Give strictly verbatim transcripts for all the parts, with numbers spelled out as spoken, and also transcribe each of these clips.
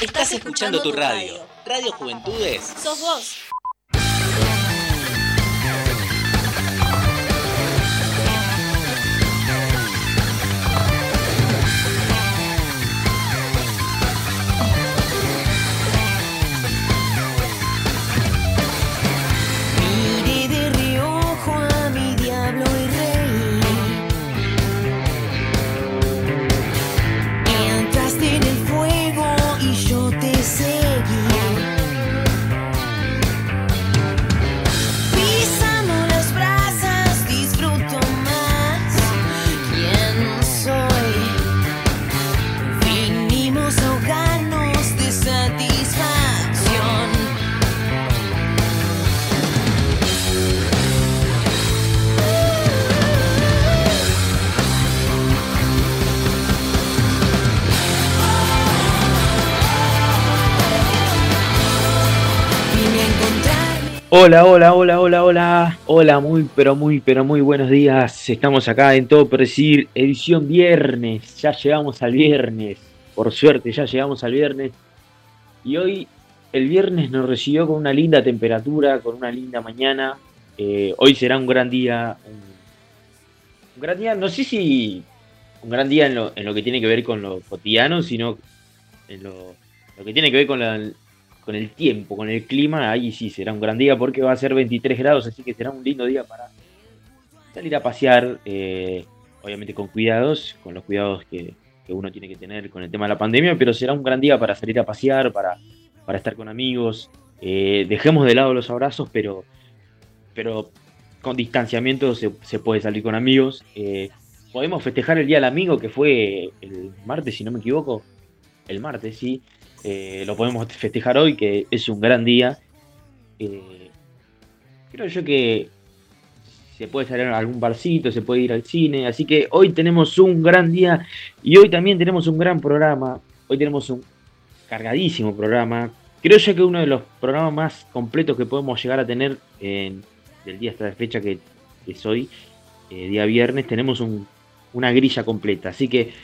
Estás escuchando tu radio. Radio Juventudes. Sos vos. Hola, hola, hola, hola, hola, hola, muy, pero muy, pero muy buenos días. Estamos acá en Todo por Decir, edición viernes. Ya llegamos al viernes, por suerte, ya llegamos al viernes. Y hoy, el viernes nos recibió con una linda temperatura, con una linda mañana. Eh, hoy será un gran día, un, un gran día, no sé si un gran día en lo, en lo que tiene que ver con lo cotidiano, sino en lo, lo que tiene que ver con la... con el tiempo, con el clima, ahí sí será un gran día porque va a ser veintitrés grados, así que será un lindo día para salir a pasear, eh, obviamente con cuidados, con los cuidados que, que uno tiene que tener con el tema de la pandemia, pero será un gran día para salir a pasear, para, para estar con amigos, eh, dejemos de lado los abrazos, pero, pero con distanciamiento se, se puede salir con amigos, eh, podemos festejar el Día del Amigo, que fue el martes, si no me equivoco, el martes, sí. Eh, lo podemos festejar hoy, que es un gran día. Eh, creo yo que se puede salir a algún barcito, se puede ir al cine. Así que hoy tenemos un gran día y hoy también tenemos un gran programa. Hoy tenemos un cargadísimo programa. Creo yo que uno de los programas más completos que podemos llegar a tener en, del día hasta la fecha que, que es hoy, eh, día viernes, tenemos un, una grilla completa. Así que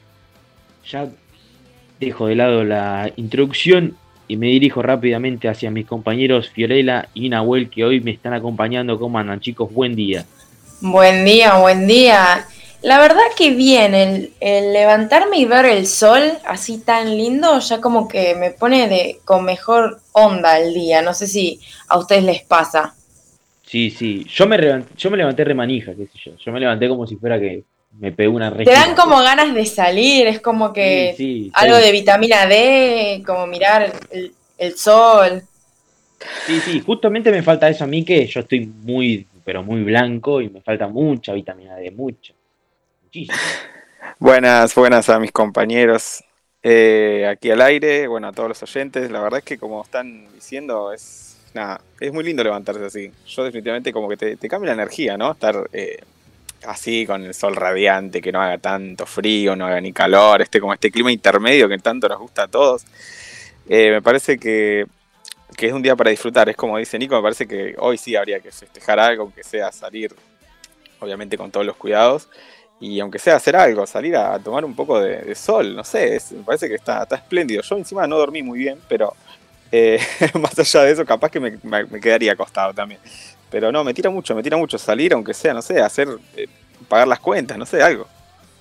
ya dejo de lado la introducción y me dirijo rápidamente hacia mis compañeros Fiorella y Nahuel, que hoy me están acompañando. ¿Cómo andan, chicos? Buen día. Buen día, buen día. La verdad que bien, el, el levantarme y ver el sol así tan lindo ya como que me pone de con mejor onda el día. No sé si a ustedes les pasa. Sí, sí. Yo me levanté, yo me levanté remanija, qué sé yo. Yo me levanté como si fuera que me pegó una Te dan como ganas de salir, es como que sí, sí, algo sí. de vitamina D, como mirar el, el sol. Sí, sí, justamente me falta eso a mí, que yo estoy muy, pero muy blanco y me falta mucha vitamina D, mucha, muchísimo. Buenas, buenas a mis compañeros eh, aquí al aire, bueno, a todos los oyentes. La verdad es que como están diciendo, es nada, es muy lindo levantarse así. Yo definitivamente como que te, te cambia la energía, ¿no? Estar eh, así con el sol radiante, que no haga tanto frío, no haga ni calor, este como este clima intermedio que tanto nos gusta a todos. Eh, me parece que, que es un día para disfrutar, es como dice Nico, me parece que hoy sí habría que festejar algo, que sea salir, obviamente con todos los cuidados, y aunque sea hacer algo, salir a, a tomar un poco de, de sol, no sé, es, me parece que está, está espléndido. Yo encima no dormí muy bien, pero eh, más allá de eso capaz que me, me, me quedaría acostado también. Pero no, me tira mucho, me tira mucho salir, aunque sea, no sé, hacer, eh, pagar las cuentas, no sé, algo.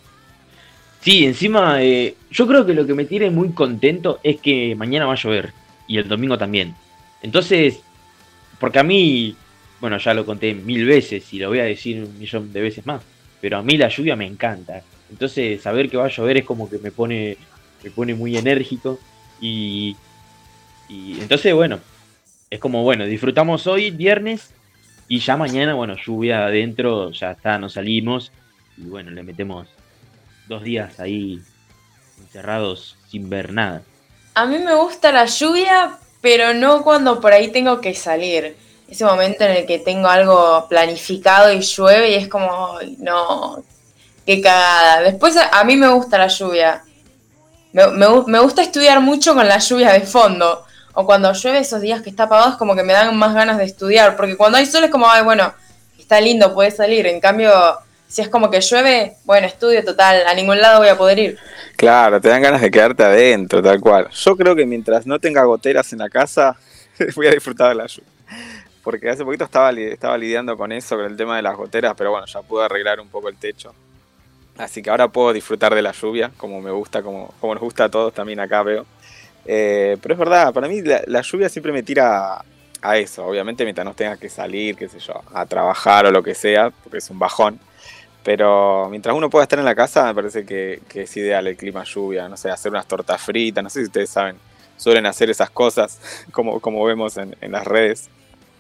Sí, encima, eh, yo creo que lo que me tiene muy contento es que mañana va a llover y el domingo también. Entonces, porque a mí, bueno, ya lo conté mil veces y lo voy a decir un millón de veces más, pero a mí la lluvia me encanta. Entonces, saber que va a llover es como que me pone, me pone muy enérgico y, y entonces, bueno, es como, bueno, disfrutamos hoy, viernes, y ya mañana, bueno, lluvia adentro, ya está, nos salimos y bueno, le metemos dos días ahí encerrados sin ver nada. A mí me gusta la lluvia, pero no cuando por ahí tengo que salir. Ese momento en el que tengo algo planificado y llueve y es como, ay, no, qué cagada. Después a, a mí me gusta la lluvia. Me, me, me gusta estudiar mucho con la lluvia de fondo. O cuando llueve esos días que está apagado es como que me dan más ganas de estudiar. Porque cuando hay sol es como, ay, bueno, está lindo, puedes salir. En cambio, Si es como que llueve, bueno, estudio total, a ningún lado voy a poder ir. Claro, te dan ganas de quedarte adentro, tal cual. Yo creo que mientras no tenga goteras en la casa, voy a disfrutar de la lluvia. Porque hace poquito estaba, estaba lidiando con eso, con el tema de las goteras, pero bueno, ya pude arreglar un poco el techo. Así que ahora puedo disfrutar de la lluvia, como me gusta, como, como nos gusta a todos también acá veo. Eh, pero es verdad, para mí la, la lluvia siempre me tira a eso. Obviamente mientras no tenga que salir, qué sé yo, a trabajar o lo que sea, porque es un bajón. Pero mientras uno pueda estar en la casa, me parece que, que es ideal el clima lluvia. No sé, hacer unas tortas fritas, no sé si ustedes saben, suelen hacer esas cosas, como, como vemos en, en las redes.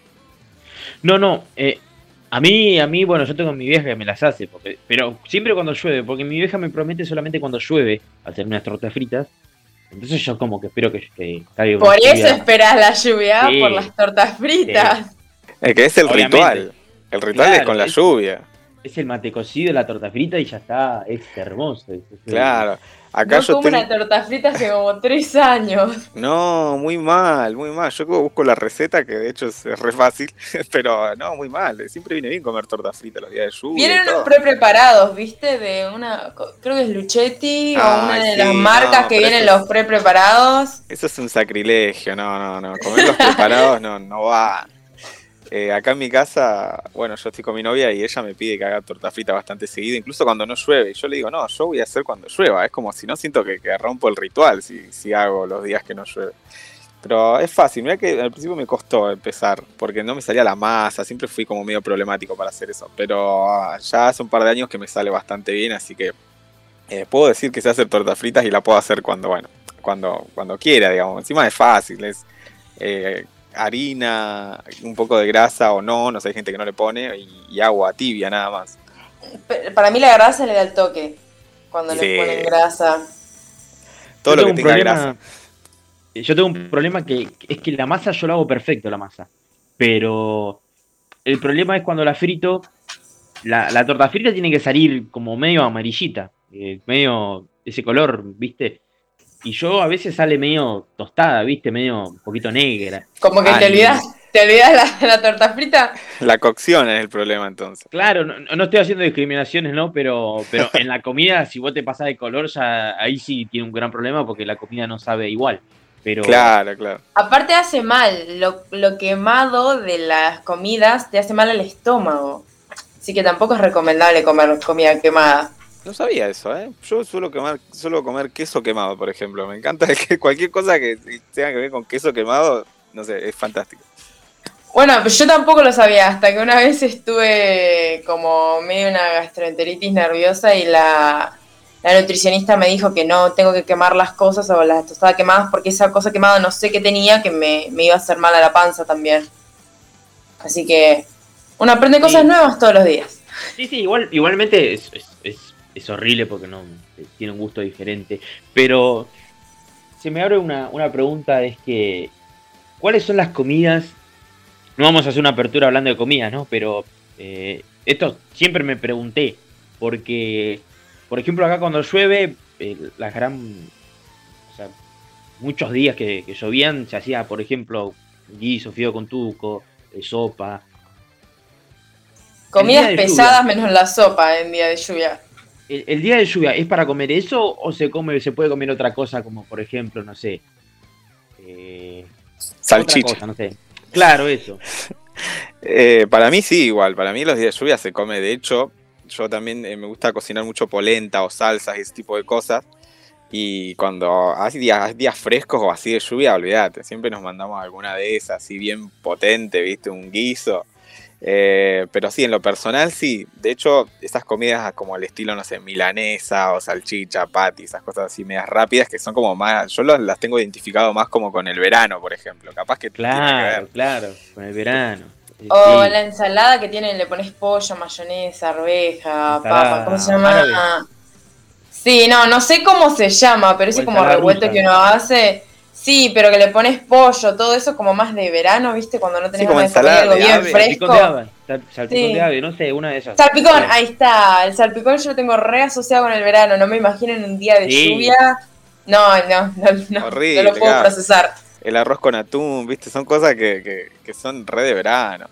No, no, eh, a mí, a mí, bueno, yo tengo mi vieja que me las hace, porque, pero siempre cuando llueve, porque mi vieja me promete solamente cuando llueve hacer unas tortas fritas. Entonces yo como que espero que, que caiga Por eso lluvia. esperás la lluvia, Sí, por las tortas fritas. sí. Es que es el Obviamente. ritual. El ritual Claro, es con la es- lluvia. Es el mate cocido, la torta frita y ya está, es hermoso. es- es- Claro. Acá No yo como tengo... una torta frita hace como tres años. No, muy mal, muy mal. Yo busco la receta, que de hecho es, es re fácil, pero no, muy mal. Siempre viene bien comer torta frita los días de lluvia y Vienen unos todo. pre-preparados, ¿viste? De una, creo que es Luchetti o Ay, una de sí, las marcas no, que pero vienen eso es- los pre-preparados. Eso es un sacrilegio, no, no, no. Comer los preparados no, no va. Eh, acá en mi casa, bueno, yo estoy con mi novia y ella me pide que haga torta frita bastante seguido, incluso cuando no llueve. Y yo le digo, no, yo voy a hacer cuando llueva. Es como si no siento que, que rompo el ritual si, si hago los días que no llueve. Pero es fácil, mira que al principio me costó empezar, porque no me salía la masa, siempre fui como medio problemático para hacer eso. Pero ah, ya hace un par de años que me sale bastante bien, así que eh, puedo decir que sé hacer tortas fritas y la puedo hacer cuando, bueno, cuando, cuando quiera, digamos. Encima es fácil, es... Eh, harina, un poco de grasa o no, no sé, hay gente que no le pone, y, y agua tibia nada más. Pe- Para mí la grasa le da el toque cuando Sí. le ponen grasa. Todo Yo lo tengo que un tenga problema, grasa. yo tengo un problema que que es que la masa yo la hago perfecto, la masa. Pero el problema es cuando la frito, la, la torta frita tiene que salir como medio amarillita, eh, medio ese color, ¿viste? Y yo a veces sale medio tostada, ¿viste? Medio un poquito negra. Como que te Ay. olvidas, te olvidas la, la torta frita. La cocción es el problema entonces. Claro, no, no estoy haciendo discriminaciones, ¿no? Pero, pero en la comida, si vos te pasás de color, ya ahí sí tiene un gran problema porque la comida no sabe igual. Pero Claro, claro. Aparte hace mal, lo, lo quemado de las comidas te hace mal al estómago. Así que tampoco es recomendable comer comida quemada. No sabía eso, ¿eh? Yo suelo comer, suelo comer queso quemado, por ejemplo. Me encanta que cualquier cosa que tenga que ver con queso quemado, no sé, es fantástico. Bueno, pues yo tampoco lo sabía, hasta que una vez estuve como medio una gastroenteritis nerviosa y la, la nutricionista me dijo que no tengo que quemar las cosas o las tostadas quemadas porque esa cosa quemada no sé qué tenía que me, me iba a hacer mal a la panza también. Así que uno aprende cosas Sí. nuevas todos los días. sí, sí, igual, igualmente es, es, es, es horrible porque no tiene un gusto diferente. Pero se me abre una, una pregunta, es que ¿cuáles son las comidas? No vamos a hacer una apertura hablando de comidas, ¿no? Pero eh, esto siempre me pregunté, porque, por ejemplo, acá cuando llueve, eh, las gran, o sea, muchos días que, que llovían, se hacía, por ejemplo, guiso, fideo con tuco, eh, sopa. Comidas El día de pesadas lluvia. menos la sopa en día de lluvia. El, el día de lluvia, ¿es para comer eso o se come, se puede comer otra cosa como, por ejemplo, no sé, eh, Salchicha. otra cosa, no sé. Claro, eso. Eh, para mí sí, igual. Para mí los días de lluvia se come. De hecho, yo también eh, me gusta cocinar mucho polenta o salsas y ese tipo de cosas. Y cuando hay días, días frescos o así de lluvia, olvídate. Siempre nos mandamos alguna de esas, así bien potente, ¿viste? Un guiso. Eh, pero sí, en lo personal sí. De hecho, esas comidas como el estilo, no sé, milanesa o salchicha, patty, esas cosas así medias rápidas que son como más... Yo las, las tengo identificado más como con el verano, por ejemplo. Capaz que tiene que Claro, ver. claro, con el verano. Eh, O sí. la ensalada que tienen, le pones pollo, mayonesa, arveja, Ensalada papa, ¿cómo se llama? árabe. Sí, no, no sé cómo se llama, pero O ese como ensalada revuelto rusa. que uno hace. Sí, pero que le pones pollo, todo eso como más de verano, ¿viste? Cuando no tenés Sí, como ganas de comer ensalada algo de bien ave. Salpicón de fresco. ave, sal- salpicón Sí. de ave, no sé, una de esas. Salpicón, Sí. ahí está. El salpicón yo lo tengo re asociado con el verano. No me imagino en un día de Sí. lluvia. No, no, no, no, Horrible, no lo puedo claro. procesar. El arroz con atún, ¿viste? Son cosas que, que, que son re de verano.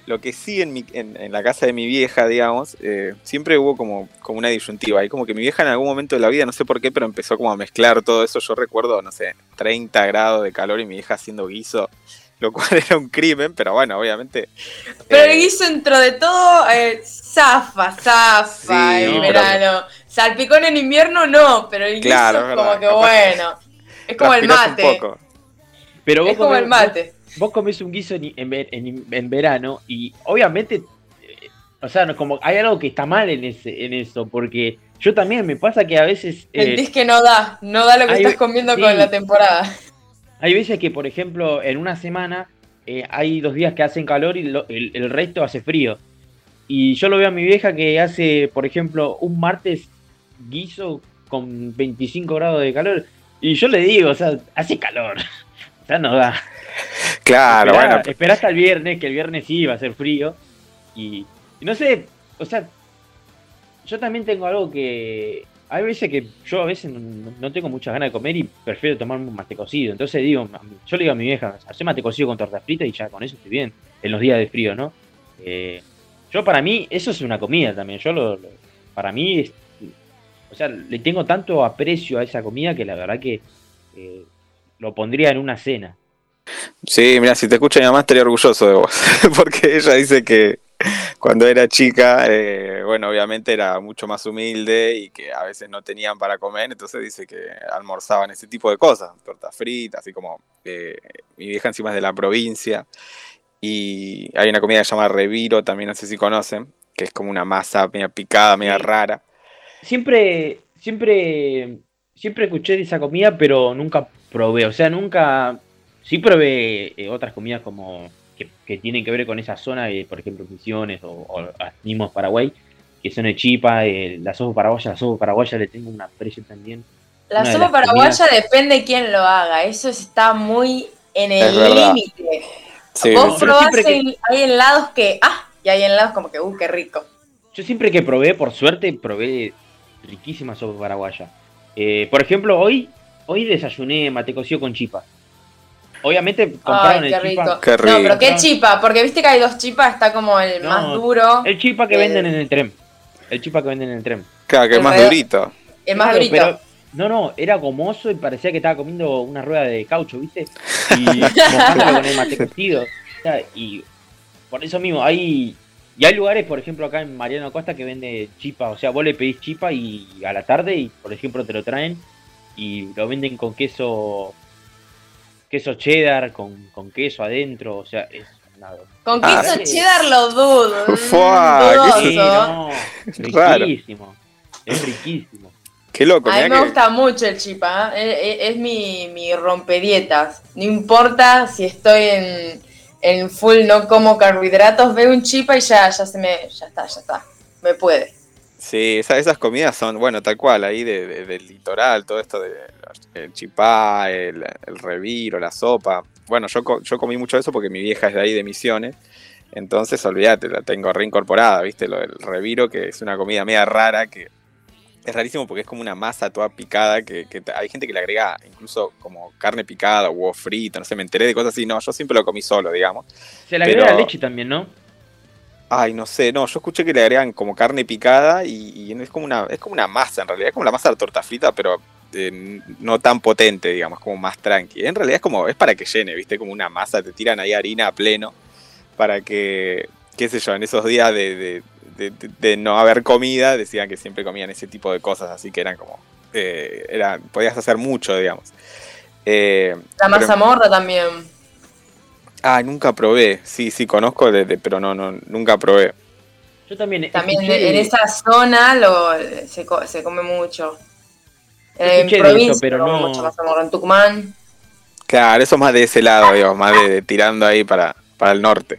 Lo que sí en, mi, en, en la casa de mi vieja, digamos, eh, siempre hubo como, como una disyuntiva. Y como que mi vieja en algún momento de la vida, no sé por qué, pero empezó como a mezclar todo eso. Yo recuerdo, no sé, treinta grados de calor y mi vieja haciendo guiso, lo cual era un crimen, pero bueno, obviamente... Pero eh, el guiso dentro de todo, eh, zafa, zafa Sí, en no, verano. Salpicón en invierno no, pero el Claro, guiso es es como verdad, que capaz bueno. Es como el transpirás un mate. poco. Pero vos Es como comés- el mate. Vos, vos comés un guiso en, en, ver- en- en verano y obviamente, eh, o sea, no, como hay algo que está mal en ese, en eso, porque yo también me pasa que a veces eh, Sentís que no da, no da lo que hay- estás comiendo sí. con la temporada. hay veces que, por ejemplo, en una semana eh, hay dos días que hacen calor y lo- el, el resto hace frío. Y yo lo veo a mi vieja que hace, por ejemplo, un martes guiso con veinticinco grados de calor. Y yo le digo, o sea, hace calor. O sea, no da. Claro, Esperá, bueno, esperá hasta el viernes, que el viernes sí va a ser frío. Y, y no sé, o sea, yo también tengo algo que... Hay veces que yo a veces no, no tengo muchas ganas de comer y prefiero tomarme un mate cocido. Entonces digo, yo le digo a mi vieja, hace mate cocido con torta frita y ya con eso estoy bien. En los días de frío, ¿no? Eh, yo para mí, eso es una comida también. Yo lo, lo- para mí, es, o sea, le tengo tanto aprecio a esa comida que la verdad que eh, lo pondría en una cena. sí, mira, si te escucha mi mamá estaría orgulloso de vos, porque ella dice que cuando era chica, eh, bueno, obviamente era mucho más humilde y que a veces no tenían para comer, entonces dice que almorzaban ese tipo de cosas, tortas fritas, así como eh, mi vieja encima es de la provincia y hay una comida que se llama reviro, también no sé si conocen, que es como una masa media picada, media Sí. rara. Siempre, siempre, siempre escuché de esa comida, pero nunca probé. O sea, nunca. Sí probé eh, otras comidas como que, que tienen que ver con esa zona, eh, por ejemplo, Misiones o, o mismos Paraguay, que son el chipa, eh, la sopa paraguaya. La sopa paraguaya le tengo un aprecio también. La Una de sopa las paraguaya comidas- depende quién lo haga. Eso está muy en Es el verdad. límite. Sí, Vos yo probás, siempre que- el- hay helados que, ah, y hay helados como que, uh, qué rico. Yo siempre que probé, por suerte, probé riquísima sopa paraguaya. Eh, por ejemplo, hoy, hoy desayuné mate cocido con chipa. Obviamente compraron Ay, qué el chipa. rico. Qué No, pero rico. qué chipa, porque viste que hay dos chipas, está como el No, más duro, El chipa que El- venden en el tren. El chipa que venden en el tren. Claro, que es más Alrededor- durito. el más Claro, durito. pero- no, no, era gomoso y parecía que estaba comiendo una rueda de caucho, ¿viste? Y mojándolo con el mate cocido. O sea, y por eso mismo, hay. Y hay lugares, por ejemplo, acá en Mariano Acosta que vende chipa. O sea, vos le pedís chipa y a la tarde, y por ejemplo, te lo traen y lo venden con queso. Queso cheddar, con, con queso adentro. O sea, es nada. Con Ah, queso sí. cheddar lo dudo. mm, Fua, dudoso. Sí, no, Raro. riquísimo. Es riquísimo. Qué loco, A mí mirá me que- gusta mucho el chipa, ¿eh? es, es mi, mi rompedietas. No importa si estoy en, en full no como carbohidratos, veo un chipa y ya, ya se me, ya está, ya está, me puede. Sí, esa- esas comidas son, bueno, tal cual, ahí de, de- del litoral, todo esto de los- el chipá, el, el reviro, la sopa. Bueno, yo, co- yo comí mucho de eso porque mi vieja es de ahí de Misiones, entonces olvídate, la tengo reincorporada, ¿viste? Lo del reviro, que es una comida media rara, que es rarísimo porque es como una masa toda picada, que, que hay gente que le agrega incluso como carne picada, huevo frito, no sé, me enteré de cosas así, no, yo siempre lo comí solo, digamos. Se le agrega Pero- leche también, ¿no? Ay, no sé, no, yo escuché que le agregan como carne picada y, y es como una, es como una masa en realidad, es como la masa de la torta frita, pero eh, no tan potente, digamos, como más tranqui. En realidad es como, es para que llene, viste, como una masa, te tiran ahí harina a pleno para que, qué sé yo, en esos días de, de, de- de- de no haber comida, decían que siempre comían ese tipo de cosas, así que eran como, eh, era, podías hacer mucho, digamos. Eh, La pero- mazamorra también. Ah, nunca probé, sí, sí, conozco, de, de- pero no, no, nunca probé. Yo también. También escuché- en esa zona lo, se, co- se come mucho. Yo En escuché de provincia eso, pero se come no- mucho mazamorra. En Tucumán. Claro, eso más de ese lado, digamos, más de, de tirando ahí para, para el norte.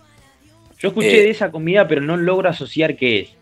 Yo escuché Eh. de esa comida, pero no logro asociar qué es.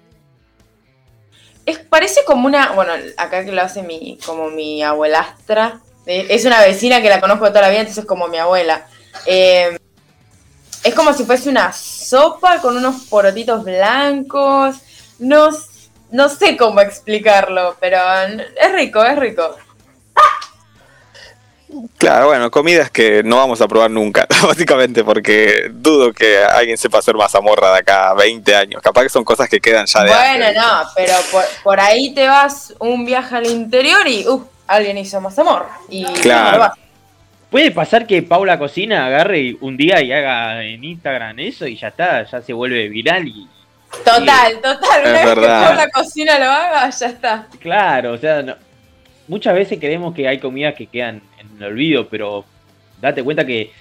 Es, parece como una, bueno, acá que lo hace mi, como mi abuelastra, eh, es una vecina que la conozco de toda la vida, entonces es como mi abuela. Eh, es como si fuese una sopa con unos porotitos blancos, no, no sé cómo explicarlo, pero es rico, es rico. Claro, bueno, comidas que no vamos a probar nunca, básicamente, porque dudo que alguien sepa hacer mazamorra de acá a veinte años. Capaz que son cosas que quedan ya de Bueno, antes. no, pero por, por ahí te vas un viaje al interior y, uh, alguien hizo mazamorra. Y Claro. no lo vas. Puede pasar que Paula Cocina agarre un día y haga en Instagram eso y ya está, ya se vuelve viral y... Total, total. Una Es vez verdad. que toda la cocina lo haga, ya está. Claro, o sea, no- muchas veces creemos que hay comidas que quedan en el olvido, pero date cuenta que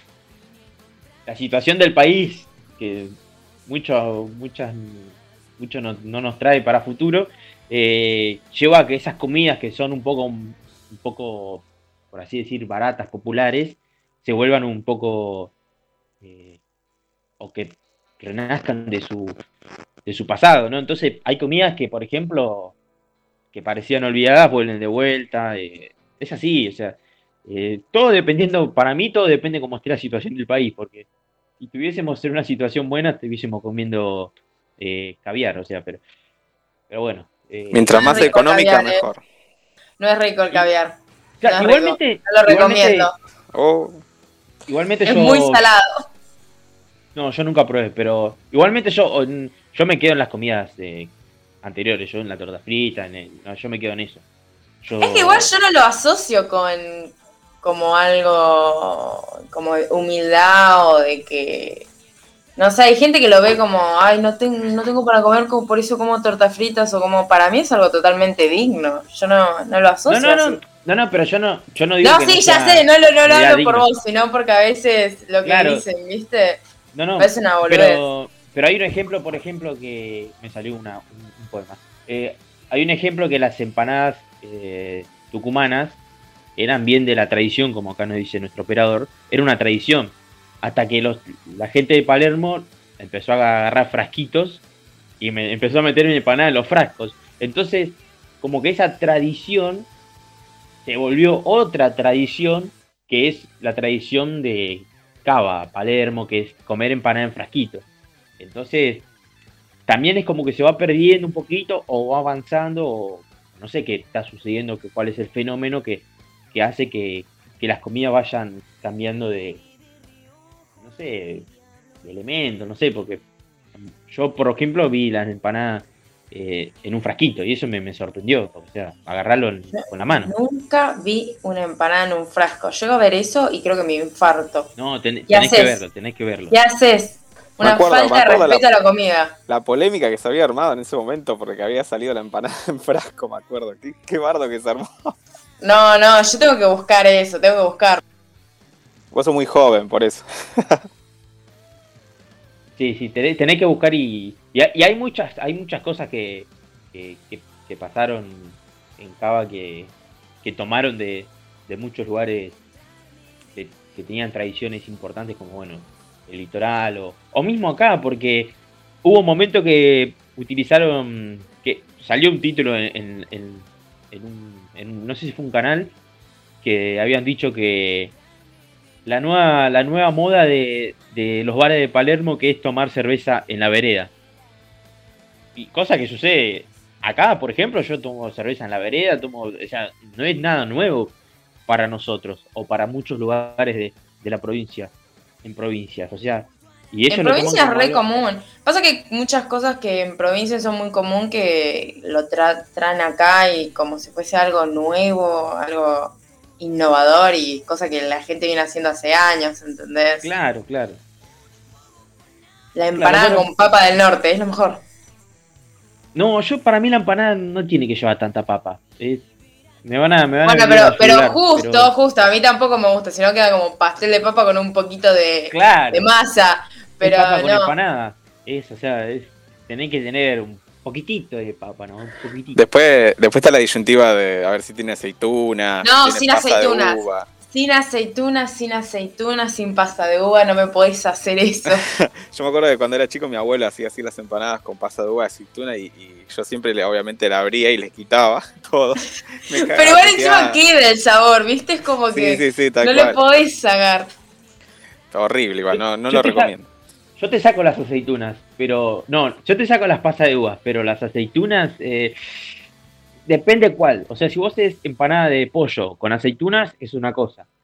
la situación del país, que mucho, muchas, mucho no, no nos trae para futuro, eh, lleva a que esas comidas que son un poco, un poco, por así decir, baratas, populares, se vuelvan un poco, eh, o que renazcan de su, de su pasado, ¿no? Entonces hay comidas que, por ejemplo, que parecían olvidadas, vuelven de vuelta. Eh, es así, o sea, eh, todo dependiendo, para mí todo depende cómo esté la situación del país, porque si tuviésemos en una situación buena, estuviésemos comiendo eh, caviar, o sea, pero, pero bueno. eh, Mientras más rico el económica, caviar, eh. mejor. No es rico el caviar. claro, no es igualmente, rico, no lo igualmente, recomiendo. Oh, igualmente Es yo, muy salado. no, yo nunca probé, pero igualmente yo, yo me quedo en las comidas eh, anteriores, yo en la torta frita, en el- no, yo me quedo en eso. Yo, Es que igual yo no lo asocio con como algo como de humildad o de que no sé, hay gente que lo ve como ay no tengo no tengo para comer, como por eso como tortas fritas, o como para mí es algo totalmente digno. Yo no, no lo no, asocio no, no, así. no, no, pero yo no, yo no digo No, que sí, no ya sea sé, no lo, no lo comida hablo por digna. vos, sino porque a veces lo que Claro. dicen, ¿viste? No, no, Parece una boludez. pero, pero hay un ejemplo, por ejemplo, que me salió una, un, un poema. Eh, hay un ejemplo que las empanadas eh, tucumanas eran bien de la tradición, como acá nos dice nuestro operador, era una tradición. Hasta que los, la gente de Palermo empezó a agarrar frasquitos y me empezó a meter mi empanada en los frascos. Entonces, como que esa tradición se volvió otra tradición, que es la tradición de Cava, Palermo, que es comer empanada en frasquitos. Entonces, también es como que se va perdiendo un poquito, o va avanzando, o no sé qué está sucediendo, que cuál es el fenómeno que, que hace que, que las comidas vayan cambiando de, no sé, de elemento, no sé, porque yo, por ejemplo, vi las empanadas eh, en un frasquito, y eso me, me sorprendió, o sea, agarrarlo en- con la mano. Nunca vi una empanada en un frasco. Llego a ver eso y creo que me infarto. No, ten- ¿Qué tenés que haces? verlo, tenés que verlo. ¿Qué haces? Me Una acuerdo, me falta de acuerdo respeto la- a la comida. la polémica que se había armado en ese momento porque había salido la empanada en frasco, me acuerdo. Qué, qué bardo que se armó. No, no, yo tengo que buscar eso, tengo que buscar. Vos sos muy joven, por eso. Sí, sí, tenés, tenés que buscar y, y, hay- y hay muchas hay muchas cosas que, que, que- que pasaron en Cava que, que tomaron de, de muchos lugares que, que tenían tradiciones importantes, como bueno, el litoral o, o mismo acá, porque hubo un momento que utilizaron, que salió un título en, en, en- en un, en un- no sé si fue un canal, que habían dicho que la nueva, la nueva moda de, de los bares de Palermo, que es tomar cerveza en la vereda. Y cosa que sucede acá, por ejemplo, yo tomo cerveza en la vereda, tomo, o sea, no es nada nuevo para nosotros o para muchos lugares de, de la provincia, en provincias, o sea, y ellos En lo toman provincia es como re algo- común. Pasa que hay muchas cosas que en provincia son muy común que lo tra- traen acá y como si fuese algo nuevo, algo innovador y cosa que la gente viene haciendo hace años, ¿entendés? Claro, claro. La empanada Claro, bueno. con papa del norte es lo mejor. No, yo para mí la empanada no tiene que llevar tanta papa. Es- me van a, me van Bueno, a venir pero, a pero yugular, justo, pero- justo, a mí tampoco me gusta, sino queda como pastel de papa con un poquito de, claro. de masa. Es Pero papa con no. empanada. Es, o sea, es, tenés que tener un poquitito de papa, ¿no? Un poquitito. Después, después está la disyuntiva de a ver si tiene aceituna. No, si tiene sin pasa de aceitunas. uva. Sin aceitunas, sin aceitunas, sin pasta de uva, no me podés hacer eso. Yo me acuerdo de cuando era chico mi abuelo hacía así las empanadas con pasa de uva, aceituna y, y yo siempre le, obviamente la abría y les quitaba todo. Me cagaba Pero igual porque, encima ah, queda el sabor, ¿viste? Es como Sí, que sí, sí, tal no cual. le podés sacar. Horrible igual, no, no Yo lo te sa- recomiendo. Yo te saco las aceitunas, pero. No, yo te saco las pasas de uvas, pero las aceitunas. eh, depende cuál. O sea, si vos es empanada de pollo con aceitunas, es una cosa.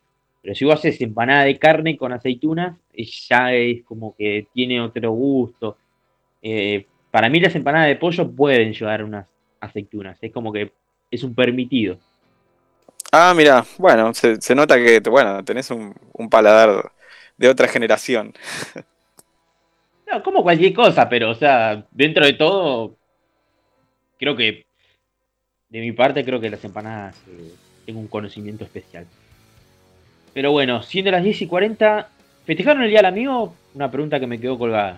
Pero si vos haces empanada de carne con aceitunas, eh, ya es como que tiene otro gusto. Eh, para mí las empanadas de pollo pueden llevar unas aceitunas, es como que es un permitido. Ah, mira, bueno, se, se nota que bueno, tenés un, un paladar de otra generación. No, como cualquier cosa, pero o sea, dentro de todo, creo que, de mi parte, creo que las empanadas eh, tengo un conocimiento especial. Pero bueno, siendo las diez y cuarenta, ¿festejaron el Día del Amigo? Una pregunta que me quedó colgada.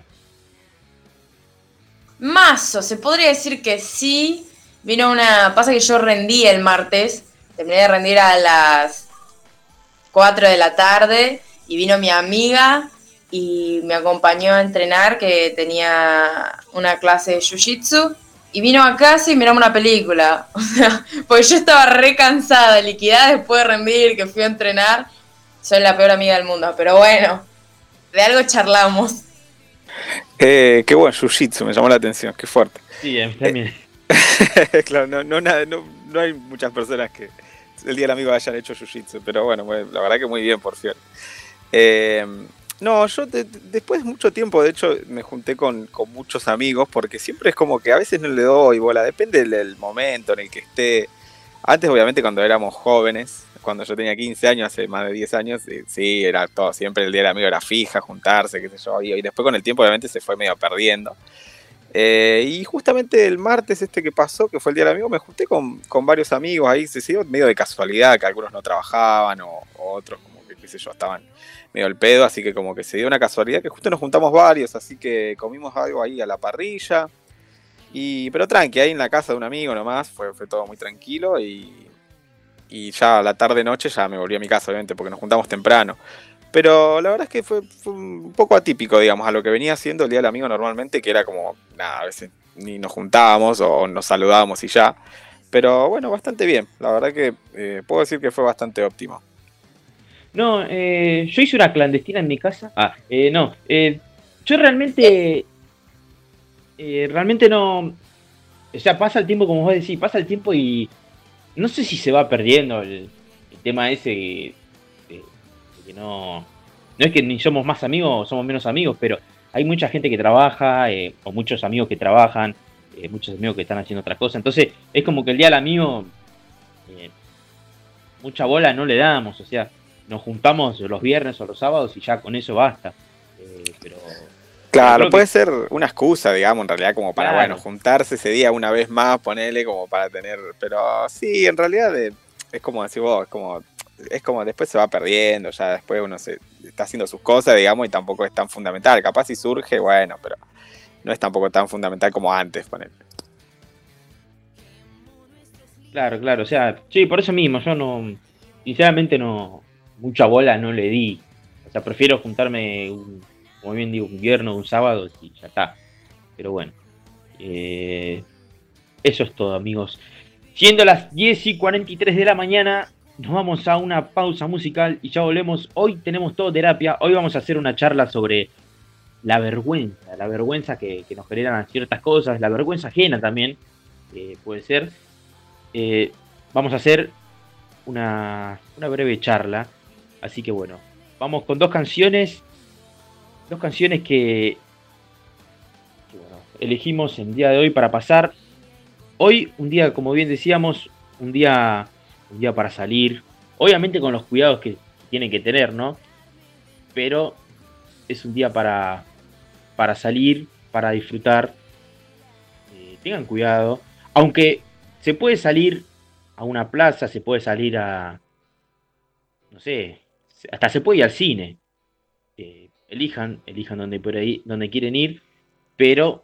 Mazo, se podría decir que sí. Vino una. Pasa que yo rendí el martes. Terminé de rendir a las cuatro de la tarde. Y vino mi amiga y me acompañó a entrenar, que tenía una clase de jiu-jitsu. Y vino a casa y miramos una película. O sea, porque yo estaba re cansada, liquidada después de rendir, que fui a entrenar. Soy la peor amiga del mundo, pero bueno, de algo charlamos. Eh, qué buen jiu-jitsu, me llamó la atención, qué fuerte. Sí, también. Eh, claro, no, no, nada, no, no hay muchas personas que el día del amigo hayan hecho jiu-jitsu, pero bueno, la verdad que muy bien, por cierto. Eh, no, yo de, de, después de mucho tiempo, de hecho, me junté con, con muchos amigos, porque siempre es como que a veces no le doy bola, depende del, del momento en el que esté. Antes, obviamente, cuando éramos jóvenes, cuando yo tenía quince años, hace más de diez años, sí, era todo, siempre el día del amigo era fija, juntarse, qué sé yo, y, y después con el tiempo obviamente se fue medio perdiendo. Eh, y justamente el martes este que pasó, que fue el día del amigo, me junté con, con varios amigos, ahí se dio medio de casualidad, que algunos no trabajaban, o, o otros como que, qué sé yo, estaban medio al pedo, así que como que se dio una casualidad que justo nos juntamos varios, así que comimos algo ahí a la parrilla. Y, pero tranqui, ahí en la casa de un amigo nomás, fue, fue todo muy tranquilo y, y ya a la tarde-noche ya me volví a mi casa, obviamente, porque nos juntamos temprano. Pero la verdad es que fue, fue un poco atípico, digamos, a lo que venía haciendo el Día del Amigo normalmente, que era como, nada, a veces ni nos juntábamos o nos saludábamos y ya. Pero bueno, bastante bien, la verdad que eh, puedo decir que fue bastante óptimo. No, eh, yo hice una clandestina en mi casa. Ah, eh, no, eh, yo realmente... Eh, realmente no. O sea, pasa el tiempo, como vos decís, pasa el tiempo y no sé si se va perdiendo el, el tema ese de, de- de que no. No es que ni somos más amigos o somos menos amigos, pero hay mucha gente que trabaja, eh, o muchos amigos que trabajan, eh, muchos amigos que están haciendo otras cosas. Entonces, es como que el día del amigo, eh, mucha bola no le damos. O sea, nos juntamos los viernes o los sábados y ya con eso basta. Eh, pero. Pero Claro, creo puede que. ser una excusa, digamos, en realidad, como para, Claro. bueno, juntarse ese día una vez más, ponerle como para tener. Pero sí, en realidad eh, es como decís vos, es como, es como después se va perdiendo, ya después uno se está haciendo sus cosas, digamos, y tampoco es tan fundamental. Capaz si surge, bueno, pero no es tampoco tan fundamental como antes, poner. Claro, claro, o sea, sí, por eso mismo, yo no, sinceramente no, mucha bola no le di. O sea, prefiero juntarme, un, como bien digo, un viernes o un sábado y ya está. Pero bueno, eh, eso es todo, amigos. Siendo las diez y cuarenta y tres de la mañana, nos vamos a una pausa musical y ya volvemos. Hoy tenemos todo terapia, hoy vamos a hacer una charla sobre la vergüenza, la vergüenza que, que nos generan ciertas cosas, la vergüenza ajena también, eh, puede ser. Eh, vamos a hacer una, una breve charla. Así que bueno, vamos con dos canciones. Dos canciones que, que, bueno, elegimos el día de hoy para pasar. Hoy, un día, como bien decíamos, un día, un día para salir. Obviamente con los cuidados que tienen que tener, ¿no? Pero es un día para, para salir, para disfrutar. Eh, tengan cuidado. Aunque se puede salir a una plaza, se puede salir a, no sé, hasta se puede ir al cine. Eh, elijan, elijan donde, por ahí, donde quieren ir, pero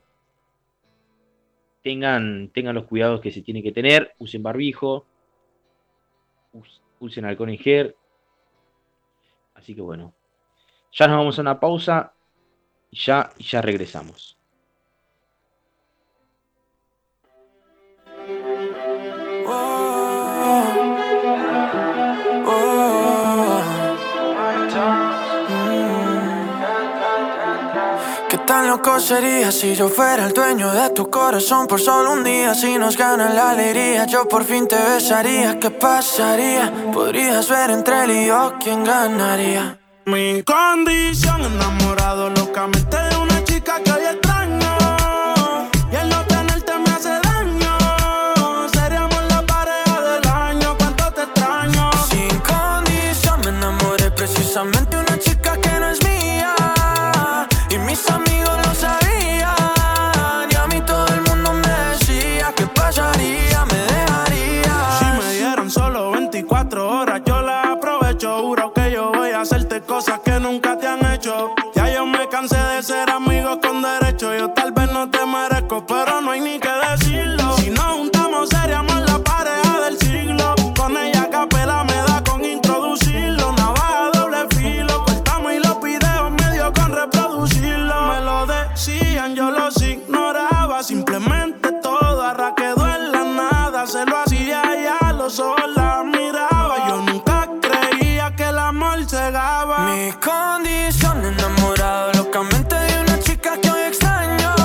tengan, tengan los cuidados que se tienen que tener, usen barbijo, us- usen alcohol en gel, así que bueno, ya nos vamos a una pausa y ya, y ya regresamos. Que tan loco sería si yo fuera el dueño de tu corazón por solo un día. Si nos gana la alegría, yo por fin te besaría. ¿Qué pasaría? Podrías ver entre él y yo quién ganaría. Mi condición, enamorado locamente de una chica que hoy extraño. Y el no tenerte me hace daño. Seríamos la pareja del año, cuánto te extraño. Sin condición me enamoré precisamente de una chica que no es mía. Y mis amigos lo sabían. Y a mí todo el mundo me decía ¿qué pasaría? Me dejaría. Si me dieran solo veinticuatro horas yo las aprovecho. Juro que yo voy a hacerte cosas que nunca te han hecho. Ya yo me cansé de ser amigos con derecho. Yo tal vez no te merezco, pero no hay ni que decirlo. Si nos juntamos seríamos la pareja del siglo. Con ella a capela me da con introducirlo. Navaja doble filo, cortamos y los videos medio con reproducirlo. Me lo decían, yo los ignoraba. Simplemente todo arra quedó en la nada. Se lo hacía y a los ojos la miraba. Yo nunca creía que el amor cegaba. Mi condición, enamorado locamente de una chica que hoy extraño.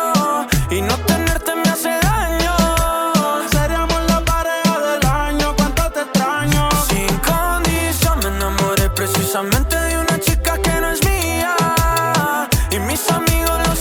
Y no tenerte me hace daño. Seríamos la pareja del año, cuánto te extraño. Sin condición me enamoré precisamente de una chica que no es mía. Y mis amigos lo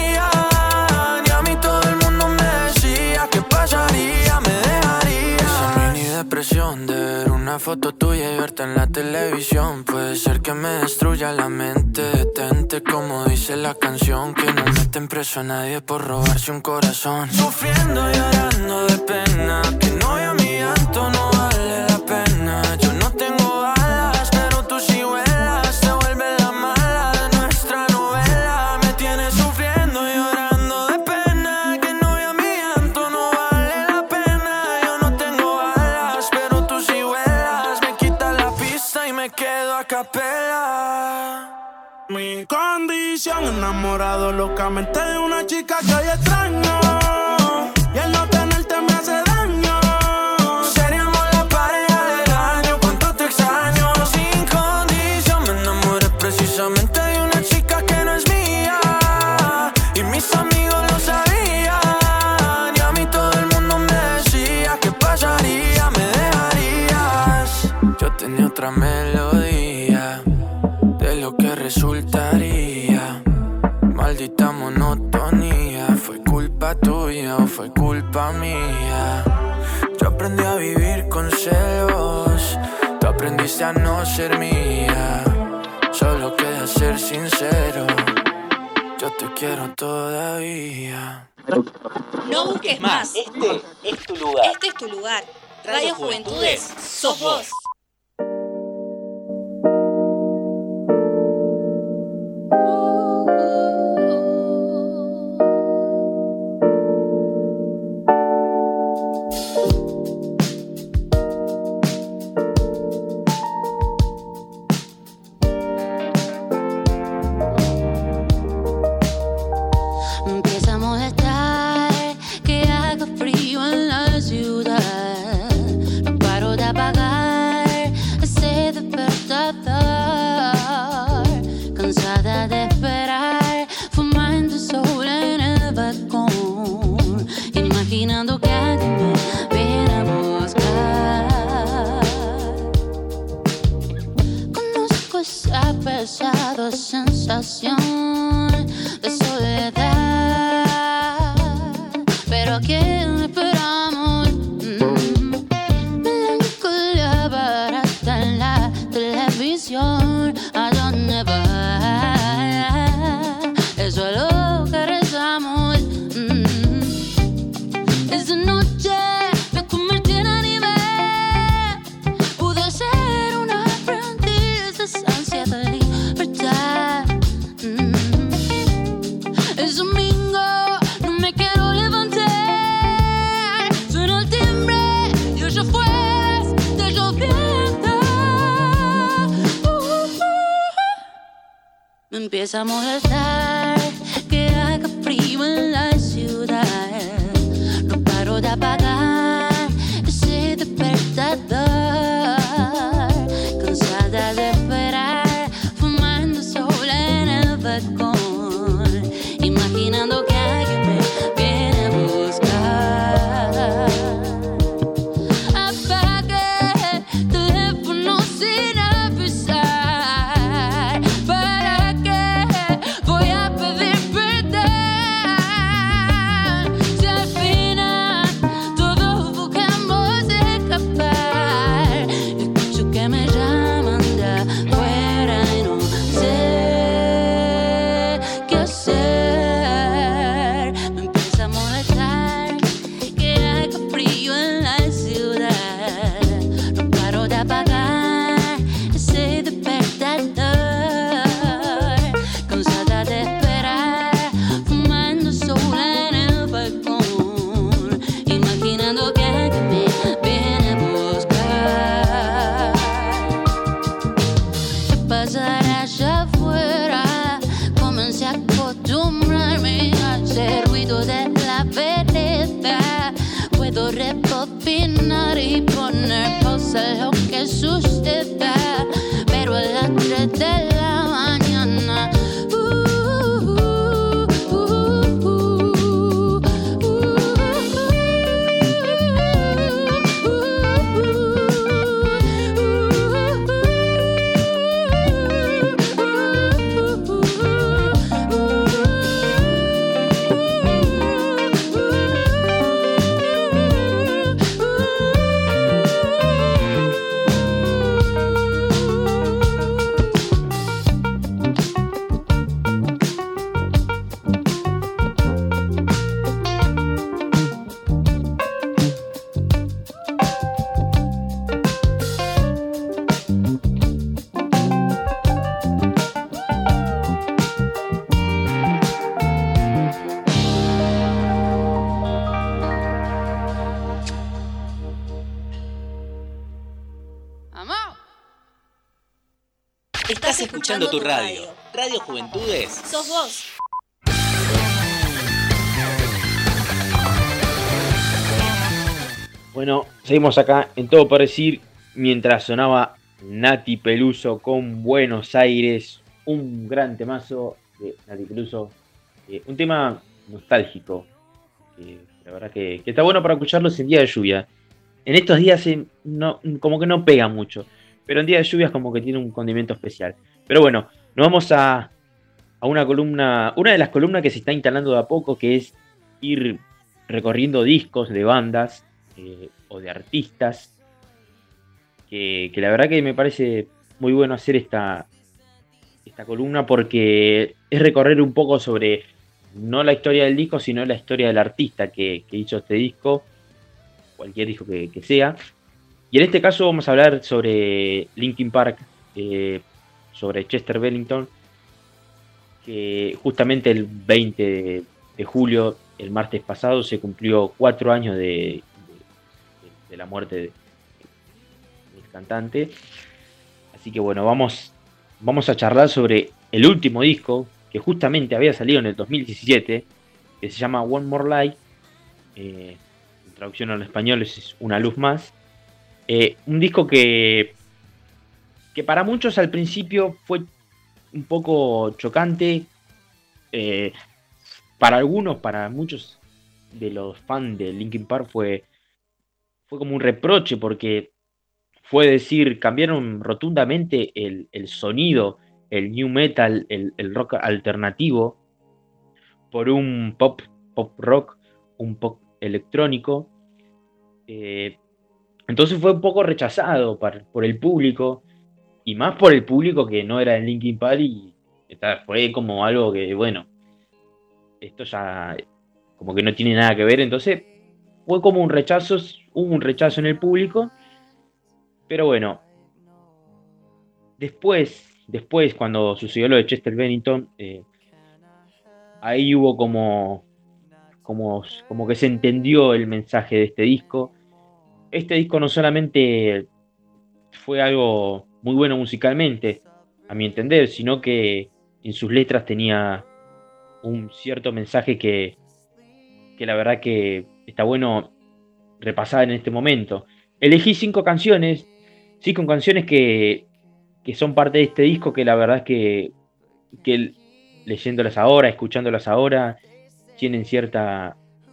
sabían. Y a mí todo el mundo me decía ¿qué pasaría? Me dejaría. Esa mini depresión de ver una foto tuya y verte en la televisión puede ser que me destruya la mente. Detente como dice la canción, que no meten preso a nadie por robarse un corazón. Sufriendo y llorando de pena, que no vea mi llanto, no vale la pena. Yo no tengo alas, pero tú sí vuelas. Te vuelves la mala de nuestra novela. Me tienes sufriendo y llorando de pena, que no vea mi llanto, no vale la pena. Yo no tengo alas, pero tú sí vuelas. Me quitas la pista y me quedo a capela. Mi condición, enamorado locamente de una chica que hoy extraño. Y el no tenerte me hace daño. Seríamos la pareja del año, cuánto te extraño. Sin condición me enamoré precisamente de una chica que no es mía. Y mis amigos lo sabían. Y a mí todo el mundo me decía ¿qué pasaría? Me dejarías. Yo tenía otra melodía de lo que resultaría. Maldita monotonía. ¿Fue culpa tuya o fue culpa mía? Yo aprendí a vivir con celos. Tú aprendiste a no ser mía. Solo queda ser sincero. Yo te quiero todavía. No busques más. Este es tu lugar. Este es tu lugar. Radio Juventudes, sos vos. Empieza a molestar que haga frío en la ciudad. No paro de apagar ese despertador. Cansada de esperar, fumando sol en el balcón, imaginando que alguien me viene a buscar. Conozco esa pesada sensación de soledad, pero ¿a quién esperamos? Mm. Melancolía barata en la televisión. ¿A dónde va? Eso es lo que rezamos. Mm. Esa noche me convertí en anime. Pude ser una aprendiz de esa ansia de libertad. Mm. Es domingo, no me quiero levantar. Suena el timbre y oye afuera está lloviendo. Uh, uh, uh. Me empieza a molestar que haga frío en la ciudad. No paro de apagar ese despertador. Cansada de esperar, fumando sola en el balcón, pasar allá afuera. Comencé a acostumbrarme a ese ruido de la vereda. Puedo rebobinar y poner pausa lo que suceda, pero a las tres de la mañana uh, uh, uh, uh, uh, Estás escuchando tu radio. Radio Juventudes. Sos vos. Bueno, seguimos acá en Todo por Decir, mientras sonaba Nati Peluso con Buenos Aires, un gran temazo de Nati Peluso, eh, un tema nostálgico, eh, la verdad que, que está bueno para escucharlos en día de lluvia. En estos días eh, no, como que no pega mucho, pero en día de lluvias como que tiene un condimento especial. Pero bueno, nos vamos a, a una columna, una de las columnas que se está instalando de a poco, que es ir recorriendo discos de bandas eh, o de artistas, que, que la verdad que me parece muy bueno hacer esta, esta columna, porque es recorrer un poco sobre no la historia del disco, sino la historia del artista que, que hizo este disco, cualquier disco que, que sea. Y en este caso vamos a hablar sobre Linkin Park, eh, sobre Chester Bennington, que justamente el veinte de, de julio, el martes pasado, se cumplió cuatro años de, de, de la muerte de, del cantante. Así que bueno, vamos, vamos a charlar sobre el último disco, que justamente había salido en el dos mil diecisiete, que se llama One More Light, eh, en traducción al español es Una Luz Más. Eh, un disco que, que para muchos al principio fue un poco chocante, eh, para algunos, para muchos de los fans de Linkin Park fue, fue como un reproche, porque fue decir, cambiaron rotundamente el, el sonido, el new metal, el, el rock alternativo, por un pop, pop rock, un pop electrónico. Eh, entonces fue un poco rechazado por, por el público, y más por el público que no era de Linkin Park, y fue como algo que, bueno, esto ya como que no tiene nada que ver. Entonces fue como un rechazo, hubo un rechazo en el público, pero bueno, después, después cuando sucedió lo de Chester Bennington, eh, ahí hubo como, como, como que se entendió el mensaje de este disco. Este disco no solamente fue algo muy bueno musicalmente, a mi entender, sino que en sus letras tenía un cierto mensaje que, que la verdad que está bueno repasar en este momento. Elegí cinco canciones, cinco canciones que, que son parte de este disco, que la verdad es que, que leyéndolas ahora, escuchándolas ahora, tienen cierta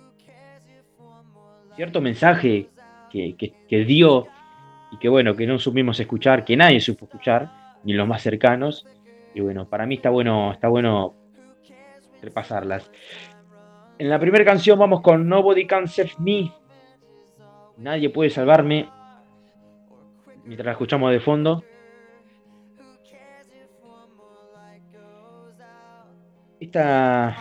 cierto mensaje que, que, que dio, y que bueno, que no supimos escuchar, que nadie supo escuchar, ni los más cercanos. Y bueno, para mí está bueno, está bueno repasarlas. En la primera canción vamos con Nobody Can Save Me, Nadie Puede Salvarme, mientras la escuchamos de fondo. Esta,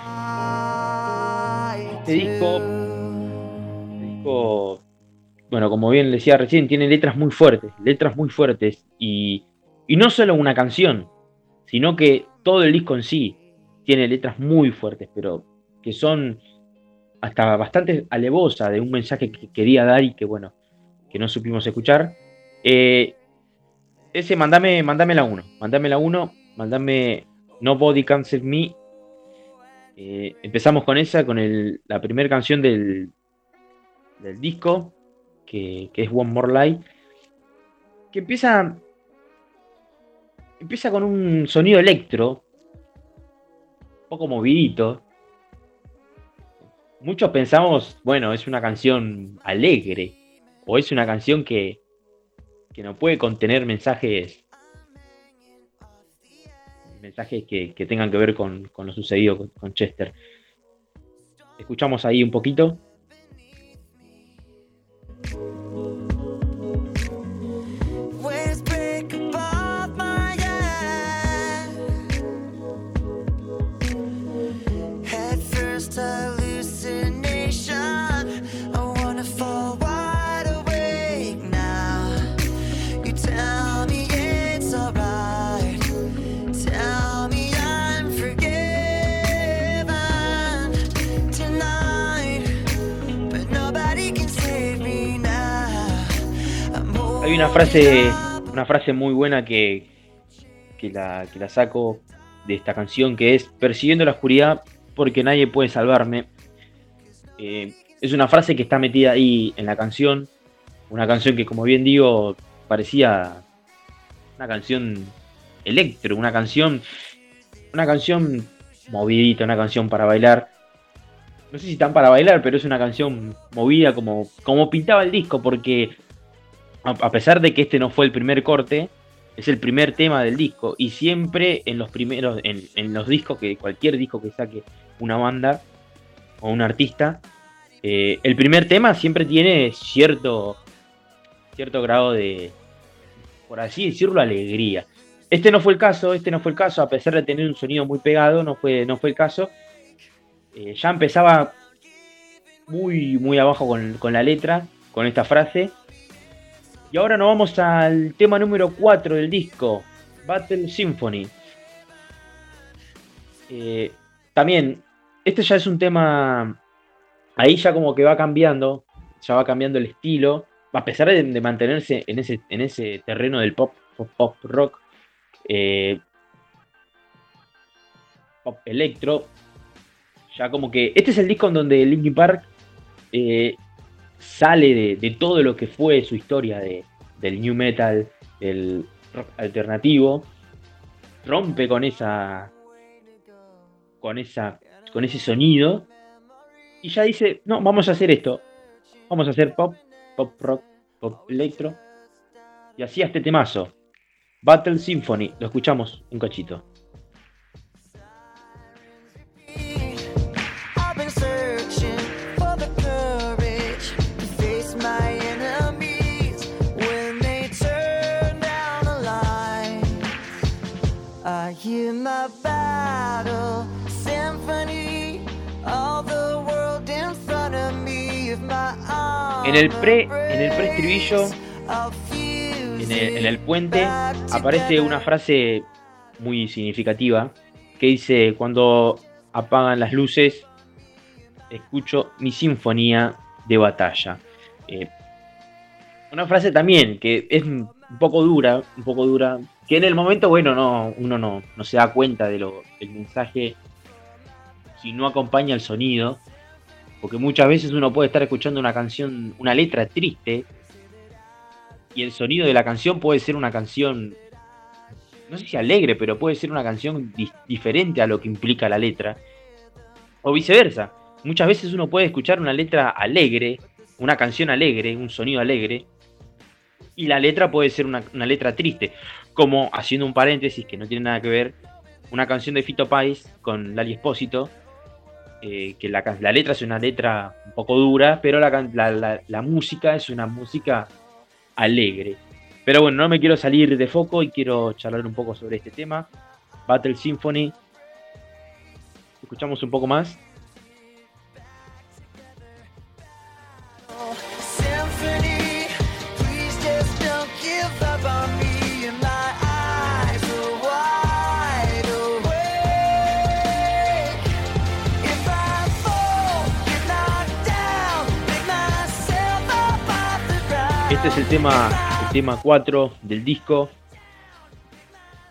este disco, este disco, bueno, como bien decía recién, tiene letras muy fuertes, letras muy fuertes, y, y no solo una canción, sino que todo el disco en sí tiene letras muy fuertes, pero que son hasta bastante alevosas, de un mensaje que quería dar y que bueno, que no supimos escuchar. Eh, ese mandame, mandame la uno. Mandame la uno. Mandame Nobody Can Save Me. Eh, empezamos con esa, con el, la primera canción del, del disco, que, que es One More Lie. Que empieza. Empieza con un sonido electro. Un poco movidito. Muchos pensamos, bueno, es una canción alegre. O es una canción que, que no puede contener mensajes. Mensajes que, que tengan que ver con, con lo sucedido con, con Chester. Escuchamos ahí un poquito. Hay una frase, una frase muy buena que, que, la, que la saco de esta canción, que es: persiguiendo la oscuridad porque nadie puede salvarme. Eh, es una frase que está metida ahí en la canción. Una canción que, como bien digo, parecía una canción electro, una canción, una canción movidita, una canción para bailar. No sé si tan para bailar, pero es una canción movida como, como pintaba el disco, porque a pesar de que este no fue el primer corte, es el primer tema del disco. Y siempre en los primeros, en, en los discos, que cualquier disco que saque una banda o un artista, eh, el primer tema siempre tiene cierto, cierto grado de, por así decirlo, alegría. Este no fue el caso, este no fue el caso, a pesar de tener un sonido muy pegado, no fue, no fue el caso. Eh, ya empezaba muy, muy abajo con, con la letra, con esta frase. Y ahora nos vamos al tema número cuatro del disco, Battle Symphony. Eh, también, este ya es un tema, ahí ya como que va cambiando, ya va cambiando el estilo, a pesar de, de mantenerse en ese, en ese terreno del pop, pop, pop rock, eh, pop electro. Ya como que, este es el disco en donde Linkin Park eh, sale de, de todo lo que fue su historia de, del new metal, del rock alternativo, rompe con esa, con esa, con ese sonido y ya dice: no, vamos a hacer esto, vamos a hacer pop, pop rock, pop electro, y así este temazo, Battle Symphony. Lo escuchamos un cachito. Hear my battle symphony, all the world in front of me, if my arms En el pre, en el preestribillo, en el, en el puente, aparece una frase muy significativa que dice: cuando apagan las luces, escucho mi sinfonía de batalla. Eh, una frase también que es un poco dura, un poco dura. Que en el momento, bueno, no, uno no, no se da cuenta de lo, del mensaje si no acompaña el sonido. Porque muchas veces uno puede estar escuchando una canción, una letra triste, y el sonido de la canción puede ser una canción, no sé si alegre, pero puede ser una canción di- diferente a lo que implica la letra. O viceversa. Muchas veces uno puede escuchar una letra alegre, una canción alegre, un sonido alegre, y la letra puede ser una, una letra triste. Como, haciendo un paréntesis que no tiene nada que ver, una canción de Fito Páez con Lali Espósito, eh, que la, la letra es una letra un poco dura, pero la, la, la, la música es una música alegre. Pero bueno, no me quiero salir de foco y quiero charlar un poco sobre este tema, Battle Symphony. Escuchamos un poco más. Este es el tema, el tema cuatro del disco.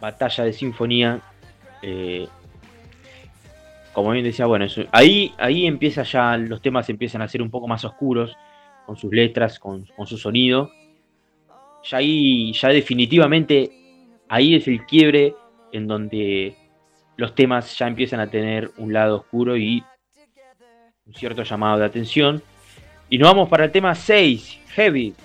batalla de sinfonía. Eh, como bien decía, bueno, eso, ahí, ahí empieza ya, los temas empiezan a ser un poco más oscuros, con sus letras, con, con su sonido. Ya ahí, ya definitivamente, ahí es el quiebre en donde los temas ya empiezan a tener un lado oscuro y un cierto llamado de atención. Y nos vamos para el tema seis, Heavy.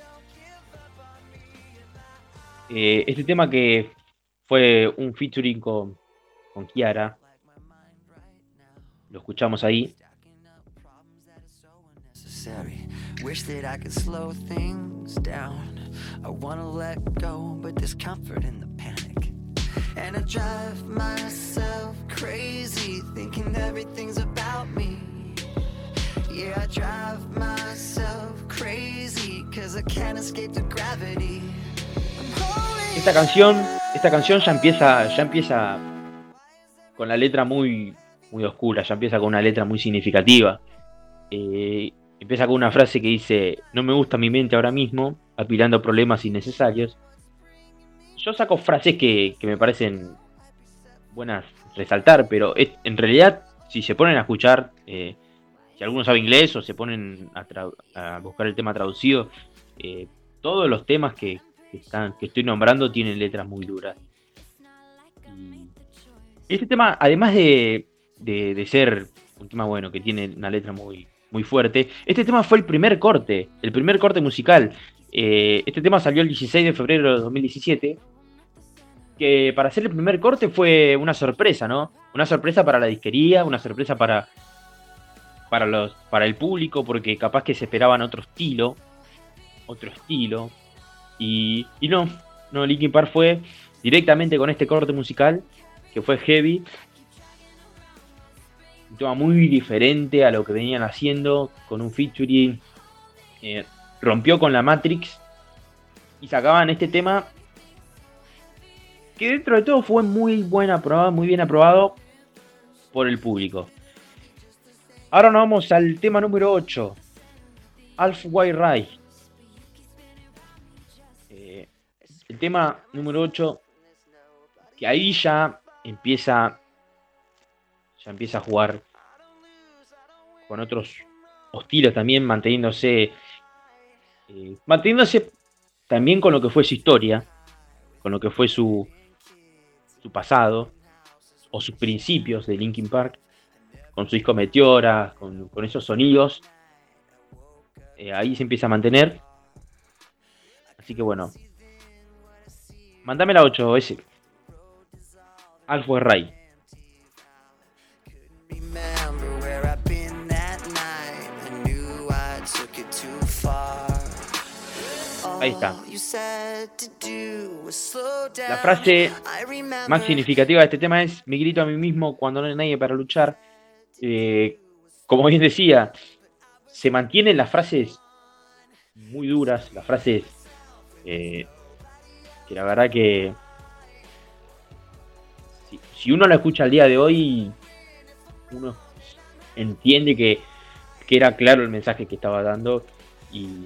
Eh, este tema que fue un featuring con, con Kiara. Lo escuchamos ahí. Wish that I could slow things down. I wanna let go, but there's comfort in the panic. And I drive myself crazy, thinking everything's about me. Yeah, I drive myself crazy, cause I can't escape the gravity. Esta canción, esta canción ya empieza, ya empieza con la letra muy, muy oscura, ya empieza con una letra muy significativa. Eh, empieza con una frase que dice: no me gusta mi mente ahora mismo, apilando problemas innecesarios. Yo saco frases que, que me parecen buenas resaltar, pero es, en realidad, si se ponen a escuchar, eh, si alguno sabe inglés o se ponen a, tra- a buscar el tema traducido, eh, todos los temas que, que, están, que estoy nombrando tienen letras muy duras. Y este tema, además de, de, de ser un tema bueno, que tiene una letra muy, muy fuerte, este tema fue el primer corte, el primer corte musical. Eh, este tema salió el dieciséis de febrero de dos mil diecisiete, que para hacer el primer corte fue una sorpresa, ¿no? Una sorpresa para la disquería, una sorpresa para, para, los, para el público, porque capaz que se esperaban otro estilo, otro estilo, y, y no, no, Linkin Park fue directamente con este corte musical, que fue Heavy, un tema muy diferente a lo que venían haciendo, con un featuring, eh, rompió con la Matrix, y sacaban este tema, que dentro de todo fue muy, buen aprobado, muy bien aprobado por el público. Ahora nos vamos al tema número ocho, Half Way Right. Eh, el tema número ocho, que ahí ya empieza, ya empieza a jugar con otros estilos también, manteniéndose, eh, manteniéndose también con lo que fue su historia, con lo que fue su, su pasado, o sus principios de Linkin Park, con su disco Meteora, con, con esos sonidos, eh, ahí se empieza a mantener. Así que bueno, mandame la ocho, ese Halfway Right. Ahí está. La frase más significativa de este tema es: me grito a mí mismo cuando no hay nadie para luchar. Eh, como bien decía, se mantienen las frases muy duras, las frases eh, que la verdad que si, si uno la escucha al día de hoy, uno entiende que, que era claro el mensaje que estaba dando. Y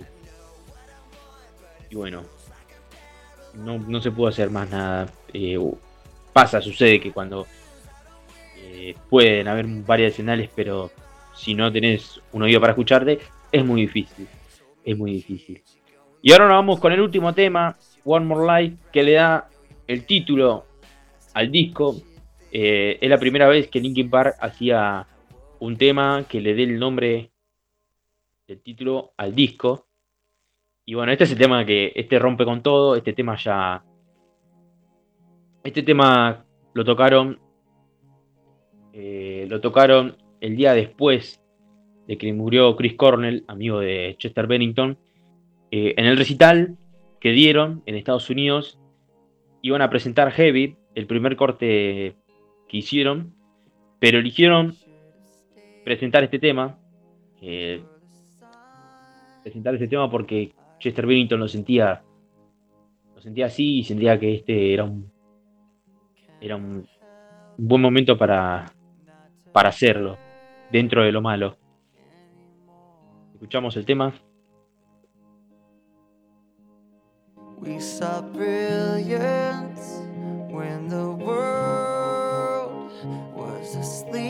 Y bueno, no, no se pudo hacer más nada. Eh, pasa, sucede que cuando eh, pueden haber varias escenarios, pero si no tenés un oído para escucharte, es muy difícil. Es muy difícil. Y ahora nos vamos con el último tema, One More Life, que le da el título al disco. Eh, es la primera vez que Linkin Park hacía un tema que le dé el nombre del título al disco. Y bueno, este es el tema que este rompe con todo. Este tema ya... Este tema lo tocaron... Eh, lo tocaron el día después de que murió Chris Cornell, amigo de Chester Bennington. Eh, en el recital que dieron en Estados Unidos, iban a presentar Heavy, el primer corte que hicieron, pero eligieron presentar este tema. Eh, presentar este tema porque Chester Bennington lo sentía lo sentía así, y sentía que este era un era un, un buen momento para para hacerlo dentro de lo malo. Escuchamos el tema. We saw brilliance when the world was asleep.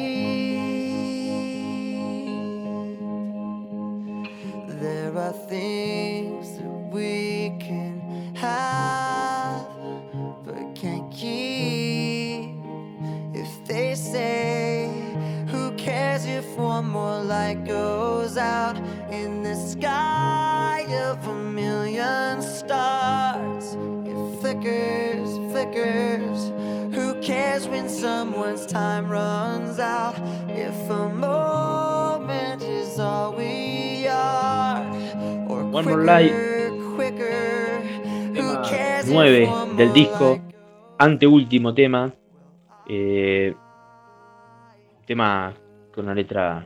There are things that we can have but can't keep. If they say, who cares if one more light goes out in the sky of a million stars? It flickers, flickers. Who cares when someone's time runs out? If a moment is all we are, or One More Light, quicker, tema nueve del disco, anteúltimo tema, eh, tema con una letra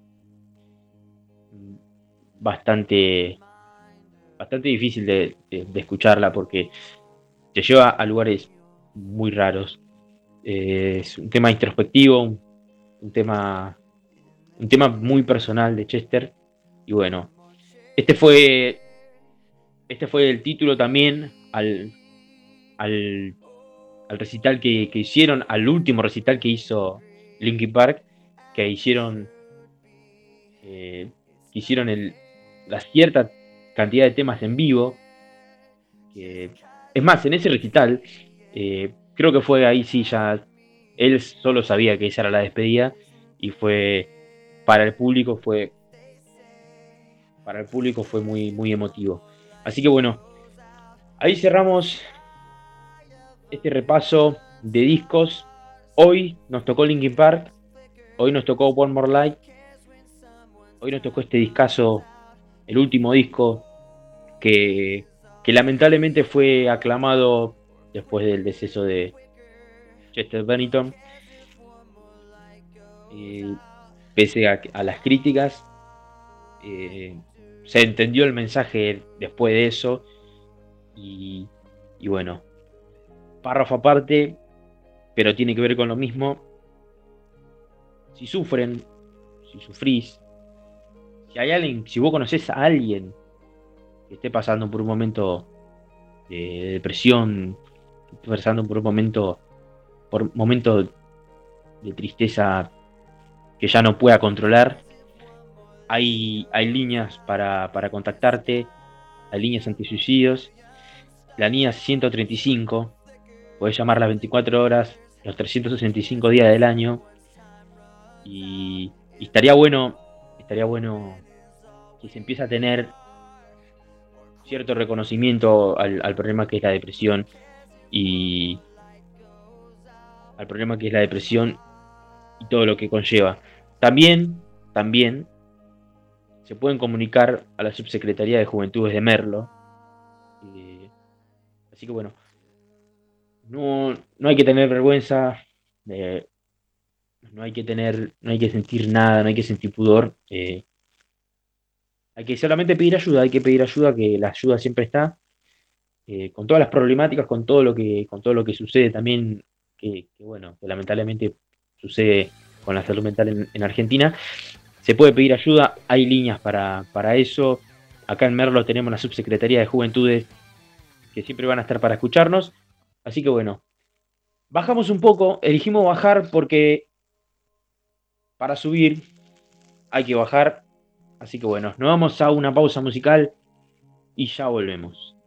bastante bastante difícil de, de, de escucharla porque te lleva a lugares muy raros. Eh, es un tema introspectivo, un, un tema un tema muy personal de Chester. Y bueno, este fue este fue el título también al al, al recital que, que hicieron, al último recital que hizo Linkin Park, que hicieron eh, que hicieron el, la cierta cantidad de temas en vivo. Que, es más, en ese recital eh, creo que fue ahí sí ya él solo sabía que esa era la despedida y fue para el público fue para el público fue muy muy emotivo. Así que bueno, ahí cerramos este repaso de discos. Hoy nos tocó Linkin Park, hoy nos tocó One More Light, hoy nos tocó este discazo, el último disco que, que lamentablemente fue aclamado después del deceso de Chester Bennington. Eh, pese a, a las críticas, eh, se entendió el mensaje después de eso y, y bueno, párrafo aparte, pero tiene que ver con lo mismo. Si sufren, si sufrís, si hay alguien, si vos conocés a alguien que esté pasando por un momento de depresión, que esté pasando por un momento, por un momento de tristeza que ya no pueda controlar, hay, hay líneas para, para contactarte, hay líneas antisuicidios, la línea ciento treinta y cinco, podés llamar las veinticuatro horas, los trescientos sesenta y cinco días del año, y, y estaría bueno, estaría bueno que se empiece a tener cierto reconocimiento al, al problema que es la depresión y al problema que es la depresión y todo lo que conlleva. También, también se pueden comunicar a la Subsecretaría de Juventudes de Merlo. Eh, así que bueno, no, no hay que tener vergüenza, eh, no hay que tener, no hay que sentir nada, no hay que sentir pudor. Eh, hay que solamente pedir ayuda, hay que pedir ayuda, que la ayuda siempre está. Eh, con todas las problemáticas, con todo lo que, con todo lo que sucede también, que, que bueno, que lamentablemente sucede con la salud mental en, en Argentina, se puede pedir ayuda, hay líneas para, para eso. Acá en Merlo tenemos la Subsecretaría de Juventudes, que siempre van a estar para escucharnos. Así que bueno, bajamos un poco, elegimos bajar porque para subir hay que bajar. Así que bueno, nos vamos a una pausa musical y ya volvemos.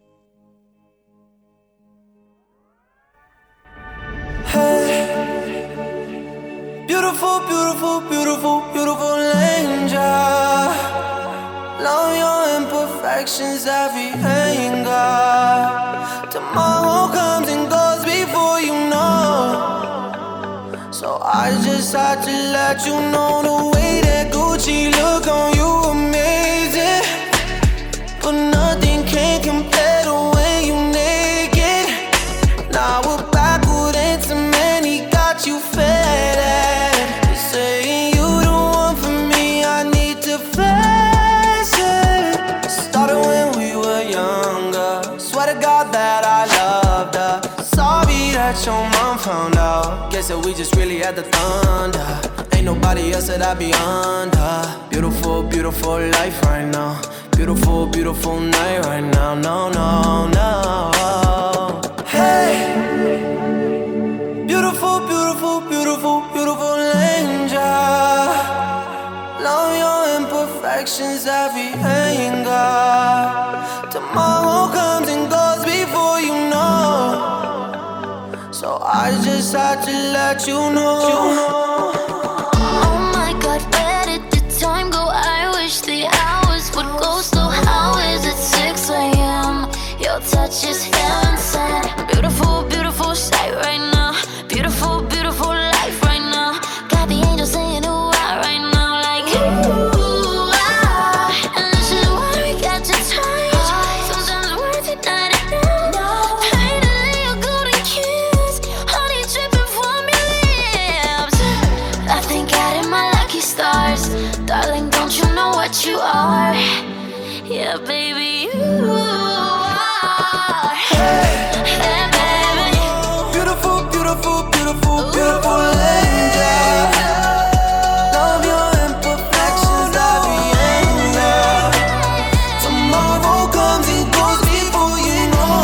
Hey, beautiful, beautiful, beautiful, beautiful angel. Love your imperfections, every anger. Tomorrow comes and goes before you know. So I just had to let you know the way that Gucci look on you amazing. But nothing can compare to when you naked. Now we're backward and many got you fed. You're saying you the one for me, I need to face it. Started when we were younger. Swear to God that I loved her. Sorry that your mom found out. Guess that we just really had the thunder. Ain't nobody else that I be under. Beautiful, beautiful life right now. Beautiful, beautiful night right now. No, no, no. Hey. beautiful, beautiful, beautiful angel. Love your imperfections, every anger. Tomorrow comes and goes before you know. So I just had to let you know. Oh my God, where did the time go? I wish the hours would go slow. How is it six a.m.? Your touch is heaven sent. Beautiful, beautiful sight right now. Beautiful, beautiful life right now. Got the angels saying ooh ah right now, like ooh ah. And this is why we got to touch. Sometimes words are not enough. Finally a golden kiss, honey dripping from your lips. I thank God in my lucky stars, darling. Don't you know what you are? Yeah, baby, you are. Yeah, baby. Beautiful, beautiful, beautiful, beautiful angel. Love your imperfections, every anger. Tomorrow comes and goes before you know.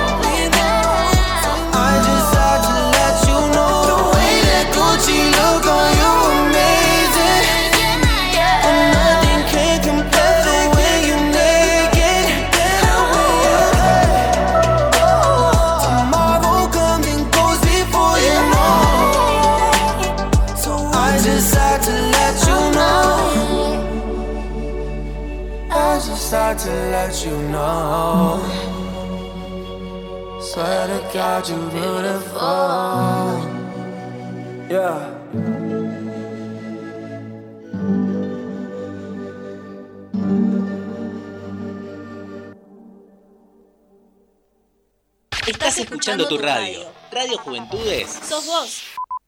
I just had to let you know. The way that Gucci look on you, amazing. And nothing can compare the way you naked. Tomorrow comes and goes before you know. So I just had to let you know. I just had to let you know. Swear to God, you beautiful. Yeah. Estás escuchando tu radio. Radio Juventudes. Sos vos.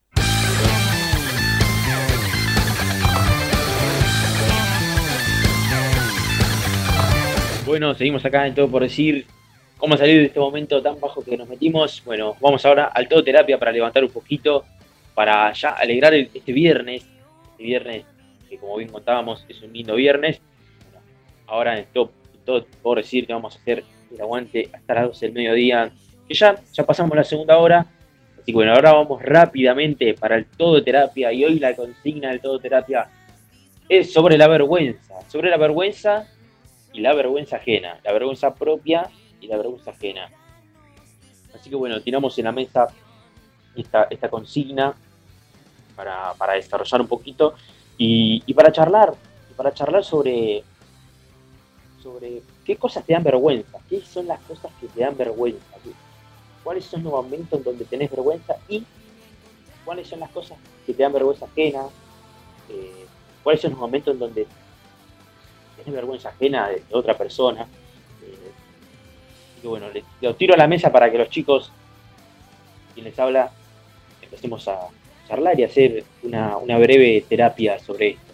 Bueno, seguimos acá en Todo por Decir. ¿Cómo salir de este momento tan bajo que nos metimos? Bueno, vamos ahora al Todo Terapia para levantar un poquito, para ya alegrar el- este viernes. Este viernes que, como bien contábamos, es un lindo viernes. Bueno, ahora en Todo, en Todo por Decir que vamos a hacer el aguante hasta las doce del mediodía. Que ya, ya pasamos la segunda hora. Así que bueno, ahora vamos rápidamente para el Todo Terapia. Y hoy la consigna del Todo Terapia es sobre la vergüenza. Sobre la vergüenza y la vergüenza ajena. La vergüenza propia y la vergüenza ajena. Así que bueno, tiramos en la mesa esta, esta consigna para, para desarrollar un poquito y, y para charlar, y para charlar sobre, sobre qué cosas te dan vergüenza, qué son las cosas que te dan vergüenza, cuáles son los momentos en donde tenés vergüenza y cuáles son las cosas que te dan vergüenza ajena, eh, cuáles son los momentos en donde tenés vergüenza ajena de, de otra persona. Eh, así que bueno, le, lo tiro a la mesa para que los chicos, quien les habla, empecemos a charlar y hacer una, una breve terapia sobre esto.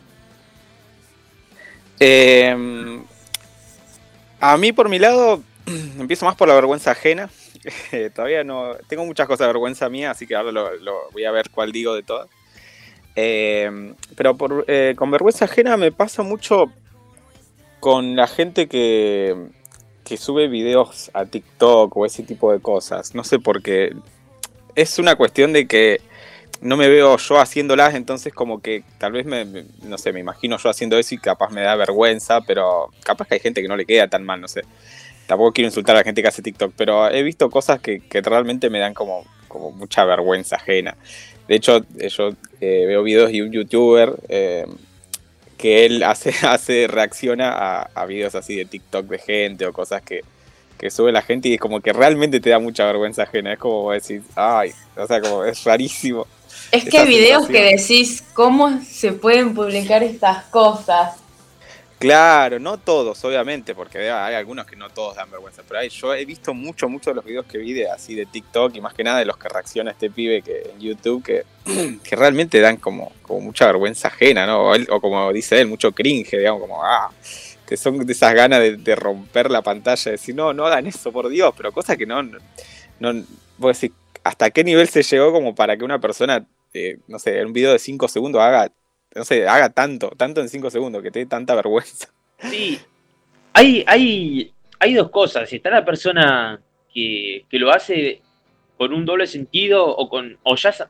Eh, a mí, por mi lado, empiezo más por la vergüenza ajena. Eh, todavía no... Tengo muchas cosas de vergüenza mía, así que ahora lo, lo voy a ver cuál digo de todas. Eh, pero por, eh, con vergüenza ajena me pasa mucho con la gente que, que sube videos a TikTok o ese tipo de cosas. No sé por qué. Es una cuestión de que no me veo yo haciéndolas, entonces como que tal vez me, me- no sé, me imagino yo haciendo eso y capaz me da vergüenza, pero capaz que hay gente que no le queda tan mal, no sé. Tampoco quiero insultar a la gente que hace TikTok, pero he visto cosas que, que realmente me dan como, como mucha vergüenza ajena. De hecho, eh, yo eh, veo videos de un youtuber eh, que él hace, hace reacciona a, a videos así de TikTok de gente o cosas que, que sube la gente y es como que realmente te da mucha vergüenza ajena. Es como decir, ay, o sea, como es rarísimo. Es que Esa hay videos que sensación. decís, ¿cómo se pueden publicar estas cosas? Claro, no todos, obviamente, porque hay algunos que no todos dan vergüenza, pero hay, yo he visto mucho, mucho de los videos que vi de, así de TikTok y más que nada de los que reacciona este pibe que en YouTube, que, que realmente dan como, como mucha vergüenza ajena, ¿no? O, él- o como dice él, mucho cringe, digamos, como, ah, que son de esas ganas de, de romper la pantalla, de decir, no, no hagan eso, por Dios, pero cosas que no, no, no vos decís, ¿hasta qué nivel se llegó como para que una persona, eh, no sé, en un video de cinco segundos haga, no sé, haga tanto, tanto en cinco segundos, que te dé tanta vergüenza? Sí, hay, hay, hay dos cosas. Si está la persona que, que lo hace con un doble sentido o con o ya sa-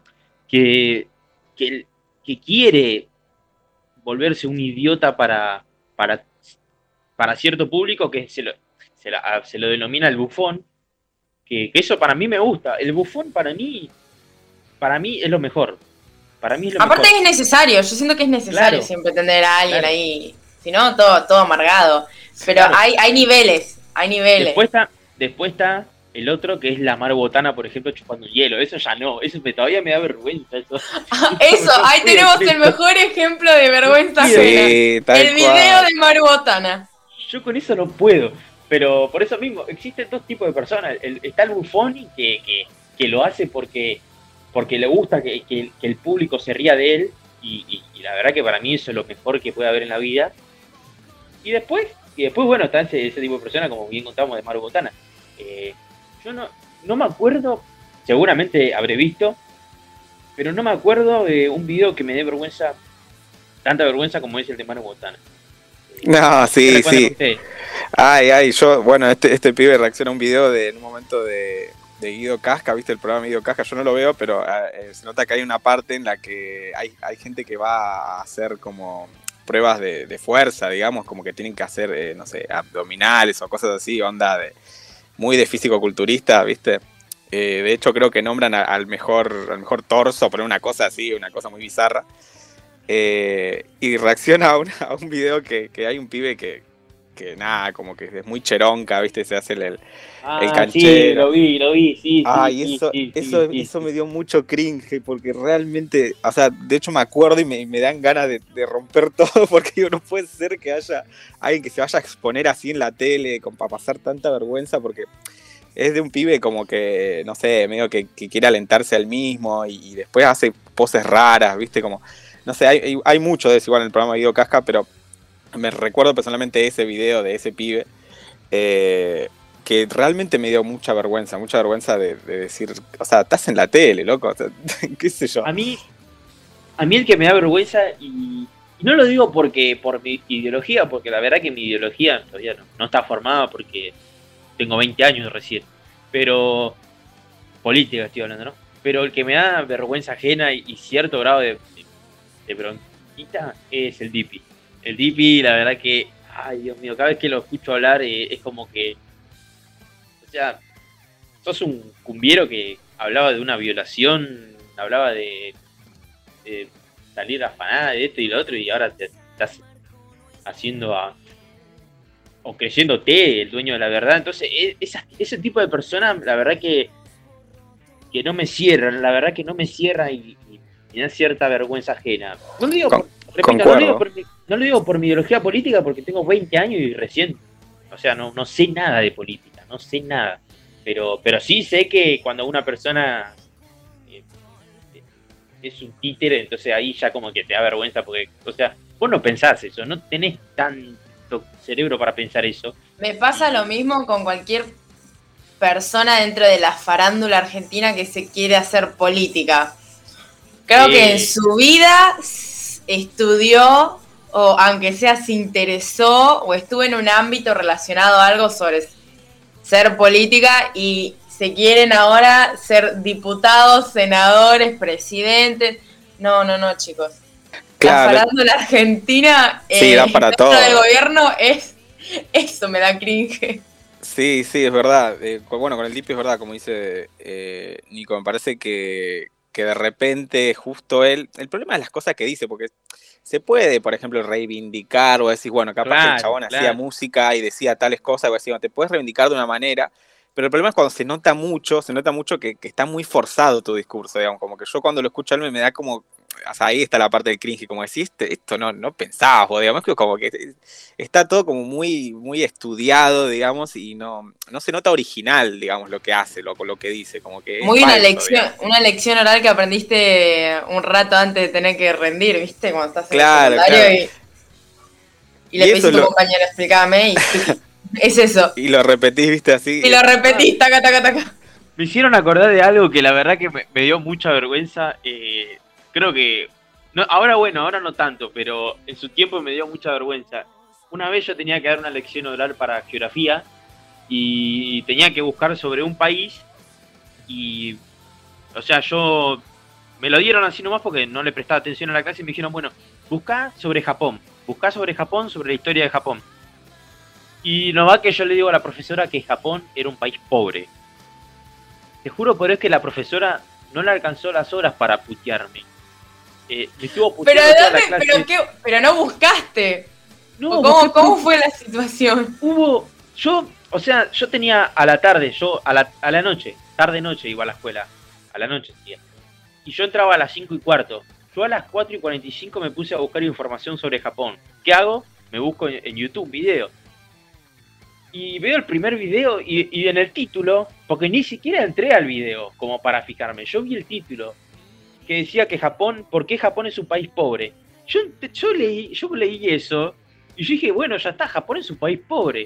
que, que, que quiere volverse un idiota para, para, para cierto público que se lo, se, la, se lo denomina el bufón, que, que eso para mí me gusta. El bufón para mí, para mí es lo mejor. Para mí es lo Aparte mejor. es necesario, yo siento que es necesario Claro. siempre tener a alguien Claro. ahí, si no, todo, todo amargado. Pero Claro. hay, hay niveles, hay niveles. Después está, después está el otro que es la Mar Botana, por ejemplo, chupando hielo. Eso ya no, eso me, todavía me da vergüenza. Eso, Eso, ahí Sí, tenemos sí. el mejor ejemplo de vergüenza Sí, ajena. Sí, tal El video cual. de Maru Botana. Yo con eso no puedo. Pero por eso mismo, existen dos tipos de personas. El, está el bufón que, que, que lo hace porque, porque le gusta que, que, que el público se ría de él. Y, y, y la verdad que para mí eso es lo mejor que puede haber en la vida. Y después, y después bueno, está ese, ese tipo de persona, como bien contamos, de Maru Botana. Eh, yo no, no me acuerdo, seguramente habré visto, pero no me acuerdo de un video que me dé vergüenza, tanta vergüenza como es el de Maru Botana. Eh, No, ¿qué sí, recuerdan sí. ustedes? Ay, ay, yo, bueno, este, este pibe reacciona a un video de, en un momento de, de Guido Casca, ¿viste el programa de Guido Casca? Yo no lo veo, pero eh, se nota que hay una parte en la que hay, hay gente que va a hacer como pruebas de, de fuerza, digamos, como que tienen que hacer, eh, no sé, abdominales o cosas así, onda de muy de físico-culturista, ¿viste? Eh, de hecho, creo que nombran a- al mejor, al mejor torso, pero una cosa así, una cosa muy bizarra. Eh, y reacciona a, una- a un video que, que hay un pibe que, que nada, como que es muy cheronca, ¿viste? Se hace el, el Ah, el sí, canchero. lo vi, lo vi, sí, Ay, sí, eso, sí, sí, eso, sí, eso sí. me dio mucho cringe, porque realmente, o sea, de hecho me acuerdo y me, me dan ganas de, de romper todo, porque digo, no puede ser que haya alguien que se vaya a exponer así en la tele, con, para pasar tanta vergüenza, porque es de un pibe como que, no sé, medio que, que quiere alentarse al mismo y, y después hace poses raras, ¿viste? Como, no sé, hay, hay, hay mucho de eso igual en el programa de Guido Casca, pero me recuerdo personalmente ese video de ese pibe, eh, que realmente me dio mucha vergüenza, mucha vergüenza de, de decir, o sea, estás en la tele, loco, o sea, qué sé yo. A mí, a mí el que me da vergüenza, y, y no lo digo porque por mi ideología, porque la verdad que mi ideología todavía no, no está formada porque tengo veinte años recién, pero política estoy hablando, ¿no? Pero el que me da vergüenza ajena y, y cierto grado de, de, de bronquita es el Dipi. El Dipi, la verdad que, ay Dios mío, cada vez que lo escucho hablar eh, es como que, o sea, sos un cumbiero que hablaba de una violación, hablaba de, de salir afanada de esto y lo otro, y ahora te estás haciendo a, o creyéndote el dueño de la verdad. Entonces, e- esa- ese tipo de personas, la verdad que, que no me cierran, la verdad que no me cierra y, y me da cierta vergüenza ajena. No lo digo Con- por, repito, no lo digo concuerdo. por, mi, no lo digo por mi ideología política porque tengo veinte años y recién, o sea, no, no sé nada de política, no sé nada. Pero, pero sí sé que cuando una persona eh, es un títere, entonces ahí ya como que te da vergüenza porque, o sea, vos no pensás eso, no tenés tanto cerebro para pensar eso. Me pasa lo mismo con cualquier persona dentro de la farándula argentina que se quiere hacer política. Creo Sí. que en su vida s- estudió, o aunque sea se interesó, o estuvo en un ámbito relacionado a algo sobre ser política y se quieren ahora ser diputados, senadores, presidentes. No, no, no, chicos. Claro. La farándula argentina Sí, da para dentro todo. del gobierno es eso, me da cringe. Sí, sí, es verdad. Eh, cu- bueno, con el Dipi es verdad, como dice eh, Nico, me parece que, que de repente justo él, el problema es las cosas que dice, porque se puede, por ejemplo, reivindicar o decir, bueno, capaz que el Claro, chabón hacía claro. música y decía tales cosas, o así, bueno, te puedes reivindicar de una manera, pero el problema es cuando se nota mucho, se nota mucho que, que está muy forzado tu discurso, digamos, como que yo cuando lo escucho a él me, me da como, o sea, ahí está la parte del cringe, como decís, este, esto no, no pensabas vos, digamos, que como que está todo como muy, muy estudiado, digamos, y no, no se nota original, digamos, lo que hace, lo, lo que dice, como que es Muy una falso, lección, digamos. una lección oral que aprendiste un rato antes de tener que rendir, ¿viste? Cuando estás en Claro, el secundario claro. y, y le Y pedís eso a tu lo- compañero, explícame, y es eso. Y lo repetís, viste, así. Y lo repetís, taca, taca, taca. Me hicieron acordar de algo que la verdad que me, me dio mucha vergüenza. eh, creo que, no, ahora bueno, ahora no tanto, pero en su tiempo me dio mucha vergüenza. Una vez yo tenía que dar una lección oral para geografía y tenía que buscar sobre un país y, o sea, yo me lo dieron así nomás porque no le prestaba atención a la clase y me dijeron, bueno, buscá sobre Japón, buscá sobre Japón, sobre la historia de Japón. Y no va que yo le digo a la profesora que Japón era un país pobre. Te juro por eso que la profesora no le alcanzó las horas para putearme. Eh, me estuvo puteando pero, toda ¿dónde, la clase. pero, qué, pero no buscaste. No, ¿Cómo, ¿Cómo fue la situación? Hubo, yo, o sea, yo tenía a la tarde, yo a la, a la noche, tarde-noche iba a la escuela, a la noche, tía. Y yo entraba a las cinco y cuarto. Yo a las cuatro y cuarenta y cinco me puse a buscar información sobre Japón. ¿Qué hago? Me busco en, en YouTube video. Y veo el primer video y, y en el título, porque ni siquiera entré al video como para fijarme. Yo vi el título que decía que Japón, ¿por qué Japón es un país pobre? Yo, yo, leí, yo leí eso y yo dije, bueno, ya está, Japón es un país pobre.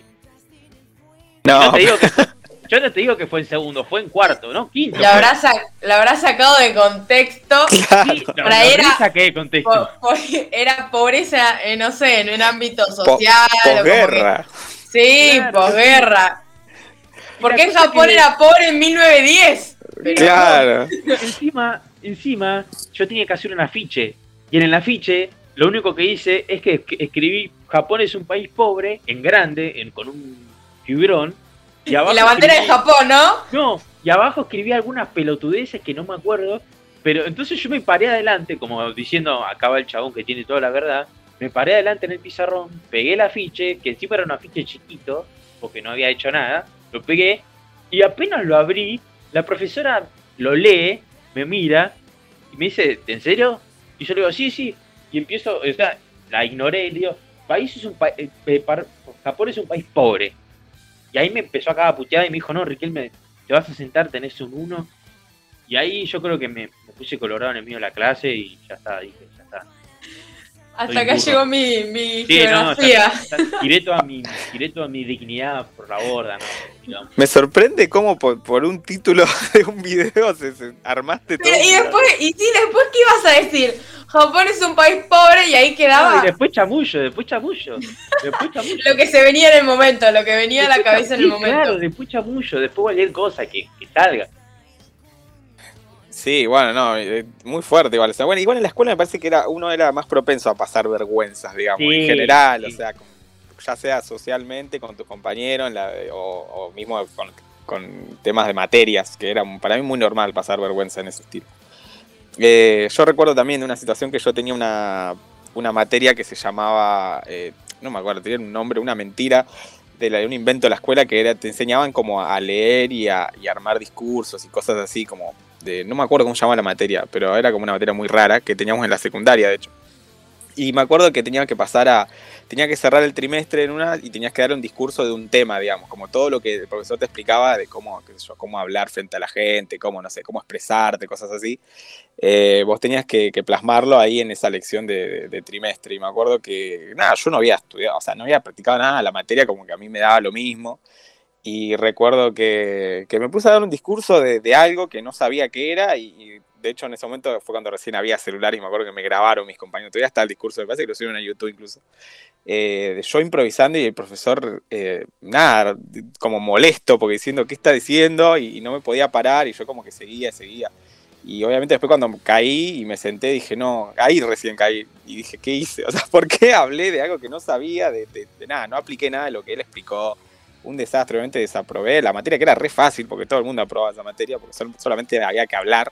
No. Yo te digo que, yo no te digo que fue en segundo, fue en cuarto, ¿no? Quinto. La habrá, sac- la habrá sacado de contexto. Claro. Sí, no, Para no, era- no saqué de contexto. Po- po- era pobreza, eh, no sé, en un ámbito social. o como que- Posguerra. Sí, Claro, posguerra. ¿Por Y qué la cosa Japón que- era pobre en mil novecientos diez? Pero Claro. Encima, encima, yo tenía que hacer un afiche. Y en el afiche, lo único que hice es que esc- escribí Japón es un país pobre, en grande, en, con un fibrón. Y, abajo Y la bandera de escribí- Japón, ¿no? No, y abajo escribí algunas pelotudeces que no me acuerdo. Pero entonces yo me paré adelante, como diciendo, acá va el chabón que tiene toda la verdad. Me paré adelante en el pizarrón, pegué el afiche, que encima era un afiche chiquito, porque no había hecho nada. Lo pegué, y apenas lo abrí, la profesora lo lee, me mira, y me dice, ¿en serio? Y yo le digo, sí, sí. Y empiezo, o sea, la ignoré y le digo, país es un pa- eh, eh, par- Japón es un país pobre. Y ahí me empezó a cagar puteada y me dijo, no, Riquelme, te vas a sentar, tenés un uno. Y ahí yo creo que me, me puse colorado en el medio de la clase y ya está, dije, ya está. Hasta Soy acá burro. llegó mi, mi Sí, no, geografía. ya- ya tiré toda mi, tiré toda mi dignidad por la borda, ¿no? Digamos. Me sorprende cómo por, por un título de un video se, se- armaste todo. Pero, y un- después, y sí, después, ¿qué ibas a decir? Japón es un país pobre y ahí quedaba No, y después chamullo, después chamullo. Después chamullo. lo que se venía en el momento, lo que venía a la Después cabeza en cham- el sí, momento. Claro, después chamullo, después cualquier cosa que, que salga. Sí, bueno, no, eh, muy fuerte igual. O sea, bueno, igual en la escuela me parece que era uno era más propenso a pasar vergüenzas, digamos, Sí, en general, sí. o sea, con- ya sea socialmente con tus compañeros en la- o, o mismo con, con temas de materias, que era para mí muy normal pasar vergüenza en ese estilo. Eh, yo recuerdo también de una situación que yo tenía una, una materia que se llamaba, eh, no me acuerdo, tenía un nombre, una mentira, de, la, de un invento de la escuela que era, te enseñaban como a leer y a y a armar discursos y cosas así, como de, no me acuerdo cómo se llama la materia, pero era como una materia muy rara que teníamos en la secundaria, de hecho. Y me acuerdo que tenía que pasar a, tenía que cerrar el trimestre en una y tenías que dar un discurso de un tema, digamos, como todo lo que el profesor te explicaba de cómo, qué sé yo, cómo hablar frente a la gente, cómo, no sé, cómo expresarte, cosas así. Eh, vos tenías que, que plasmarlo ahí en esa lección de, de, de trimestre. Y me acuerdo que, nada, yo no había estudiado, o sea, no había practicado nada, la materia como que a mí me daba lo mismo. Y recuerdo que, que me puse a dar un discurso de, de algo que no sabía qué era y, y de hecho en ese momento fue cuando recién había celulares y me acuerdo que me grabaron mis compañeros. Todavía está el discurso, me parece que lo subieron a YouTube incluso. Eh, de yo improvisando y el profesor, eh, nada, como molesto porque diciendo qué está diciendo y, y no me podía parar y yo como que seguía, seguía. Y obviamente después cuando caí y me senté dije, no, ahí recién caí. Y dije, ¿qué hice? O sea, ¿por qué hablé de algo que no sabía? De, de, de nada, no apliqué nada de lo que él explicó. Un desastre, obviamente desaprobé la materia que era re fácil porque todo el mundo aprobaba esa materia porque sol, solamente había que hablar.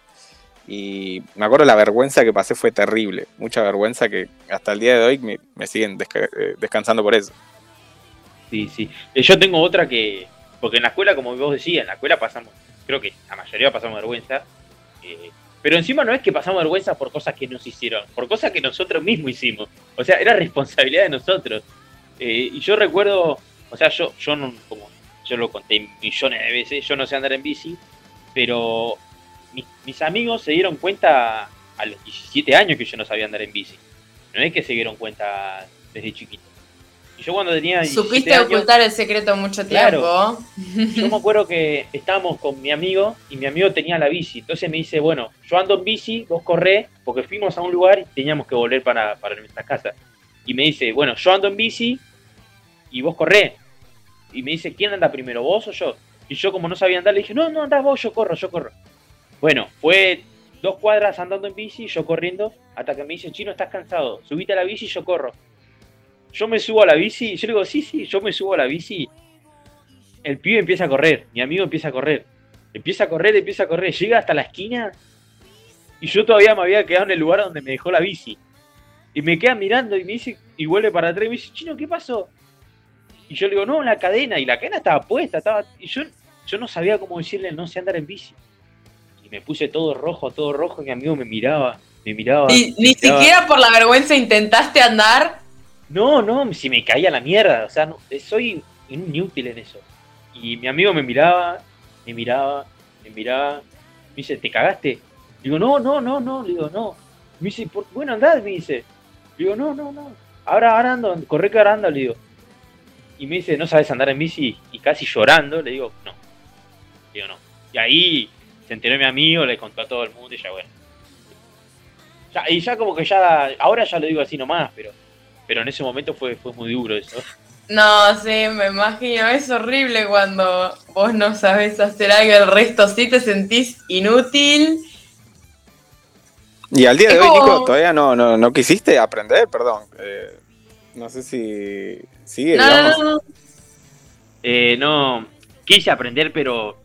Y me acuerdo la vergüenza que pasé fue terrible. Mucha vergüenza que hasta el día de hoy me, me siguen desca eh, descansando por eso. Sí, sí. Eh, Yo tengo otra que, porque en la escuela, como vos decías, en la escuela pasamos, creo que la mayoría pasamos vergüenza, eh, pero encima no es que pasamos vergüenza por cosas que nos hicieron, por cosas que nosotros mismos hicimos. O sea, era responsabilidad de nosotros. Eh, y yo recuerdo, o sea, yo, yo no, como yo lo conté millones de veces, yo no sé andar en bici, pero mi, mis amigos se dieron cuenta a los diecisiete años que yo no sabía andar en bici. No es que se dieron cuenta desde chiquito. Y yo cuando tenía diecisiete Supiste años, ocultar el secreto mucho Claro. tiempo. yo me acuerdo que estábamos con mi amigo y mi amigo tenía la bici. Entonces me dice, bueno, yo ando en bici, vos corré, porque fuimos a un lugar y teníamos que volver para, para nuestra casa. Y me dice, bueno, yo ando en bici y vos corré. Y me dice, ¿quién anda primero, vos o yo? Y yo como no sabía andar, le dije, no, no, andás vos, yo corro, yo corro. Bueno, fue dos cuadras andando en bici, yo corriendo, hasta que me dice, Chino, ¿estás cansado? Subite a la bici y yo corro. Yo me subo a la bici, y yo le digo, sí, sí, yo me subo a la bici. El pibe empieza a correr, mi amigo empieza a correr. Empieza a correr, empieza a correr, llega hasta la esquina y yo todavía me había quedado en el lugar donde me dejó la bici. Y me queda mirando y me dice, y vuelve para atrás y me dice, Chino, ¿qué pasó? Y yo le digo, no, la cadena, y la cadena estaba puesta, estaba. Y yo, yo no sabía cómo decirle, no sé andar en bici. Y me puse todo rojo, todo rojo, y mi amigo me miraba, me miraba. ¿Ni, me ni miraba. siquiera por la vergüenza intentaste andar? No, no, si me caía la mierda, o sea, no, soy inútil en eso. Y mi amigo me miraba, me miraba, me miraba, me dice, ¿te cagaste? Digo, no, no, no, no, le digo, no. Me dice, ¿por, bueno, andad, me dice. Digo, no, no, no, ahora, ahora ando, corre que ahora ando, le digo. Y me dice, ¿no sabes andar en bici? Y casi llorando, le digo, no. Le digo, no. Y ahí se enteró mi amigo, le contó a todo el mundo y ya, bueno. Ya, y ya como que ya, ahora ya lo digo así nomás, pero, pero en ese momento fue, fue muy duro eso. No, sí, me imagino, es horrible cuando vos no sabés hacer algo, el resto sí te sentís inútil. Y al día de Es hoy, como- Nico, todavía no, no, no quisiste aprender, perdón. Eh, no sé si sigue, No, digamos. no, no, no. Eh, no, quise aprender, pero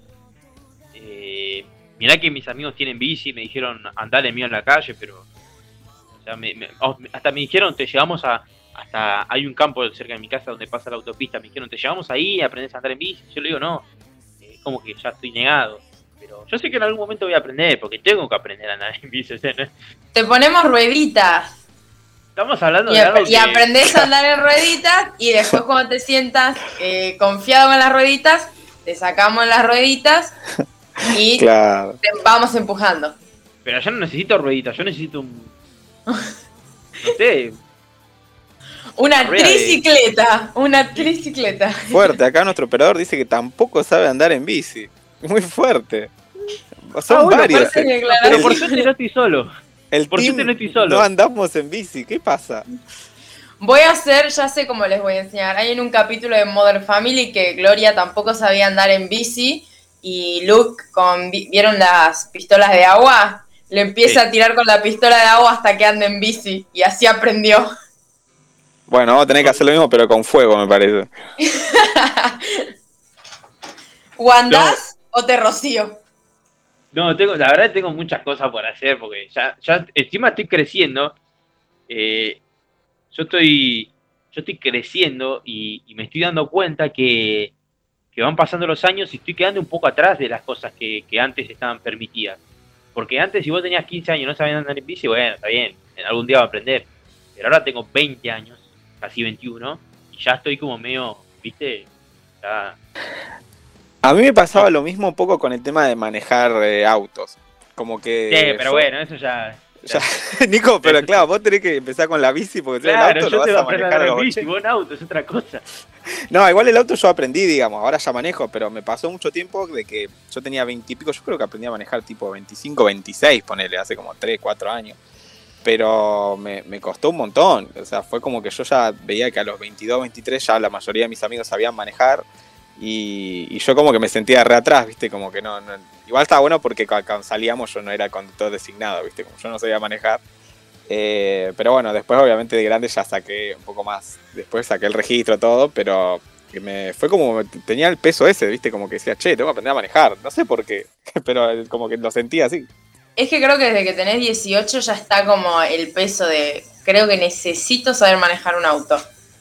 eh, mirá que mis amigos tienen bici, me dijeron andale mío en la calle, pero o sea, me, me- oh, hasta me dijeron te llevamos a, hasta hay un campo cerca de mi casa donde pasa la autopista, me dijeron te llevamos ahí y aprendés a andar en bici. Yo le digo no, es como que ya estoy negado, pero yo sé que en algún momento voy a aprender, porque tengo que aprender a andar en bici, o sea, ¿no? Te ponemos rueditas Estamos hablando y, de ap- algo y que... aprendés a andar en rueditas y después cuando te sientas eh, confiado con las rueditas, te sacamos las rueditas y Claro. te vamos empujando. Pero yo no necesito rueditas, yo necesito un... no sé, Una Rueda de- tricicleta, una tricicleta. Fuerte, acá nuestro operador dice que tampoco sabe andar en bici. Muy fuerte. Son Ah, bueno, varios. parece eh. que pero declaración. por suerte no estoy solo. El por team suerte no estoy solo. no andamos en bici. ¿Qué pasa? Voy a hacer, ya sé cómo les voy a enseñar. Hay en un capítulo de Modern Family que Gloria tampoco sabía andar en bici y Luke, con, vi- ¿vieron las pistolas de agua? Le empieza Sí. a tirar con la pistola de agua hasta que anda en bici y así aprendió. Bueno, vamos a tener que hacer lo mismo, pero con fuego, me parece. ¿O andás o te rocío? No, tengo, la verdad tengo muchas cosas por hacer porque ya, ya encima estoy creciendo. eh, yo estoy yo estoy creciendo y, y me estoy dando cuenta que, que van pasando los años y estoy quedando un poco atrás de las cosas que, que antes estaban permitidas. Porque antes si vos tenías quince años y no sabías andar en bici, bueno, está bien, algún día va a aprender. Pero ahora tengo veinte años, casi veintiuno, y ya estoy como medio, ¿viste? Ya... A mí me pasaba lo mismo un poco con el tema de manejar eh, autos. Como que... Sí, pero yo- bueno, eso ya... ya- Nico, pero claro, vos tenés que empezar con la bici porque si no, Claro, el auto yo lo te vas voy a a aprender a manejar a andar los en bici, ochenta. vos en auto, es otra cosa. No, igual el auto yo aprendí, digamos, ahora ya manejo, pero me pasó mucho tiempo de que yo tenía veinte y pico, yo creo que aprendí a manejar tipo veinticinco, veintiséis, ponele, hace como tres, cuatro años. Pero me, me costó un montón, o sea, fue como que yo ya veía que a los veintidós, veintitrés ya la mayoría de mis amigos sabían manejar y, y yo como que me sentía re atrás, viste, como que no, no igual estaba bueno porque cu- cuando salíamos yo no era conductor designado, viste, como yo no sabía manejar. Eh, pero bueno, después obviamente de grande ya saqué un poco más, después saqué el registro, todo, pero que me fue como, tenía el peso ese, viste, como que decía, che, tengo que aprender a manejar, no sé por qué, pero como que lo sentía así. Es que creo que desde que tenés dieciocho ya está como el peso de, creo que necesito saber manejar un auto.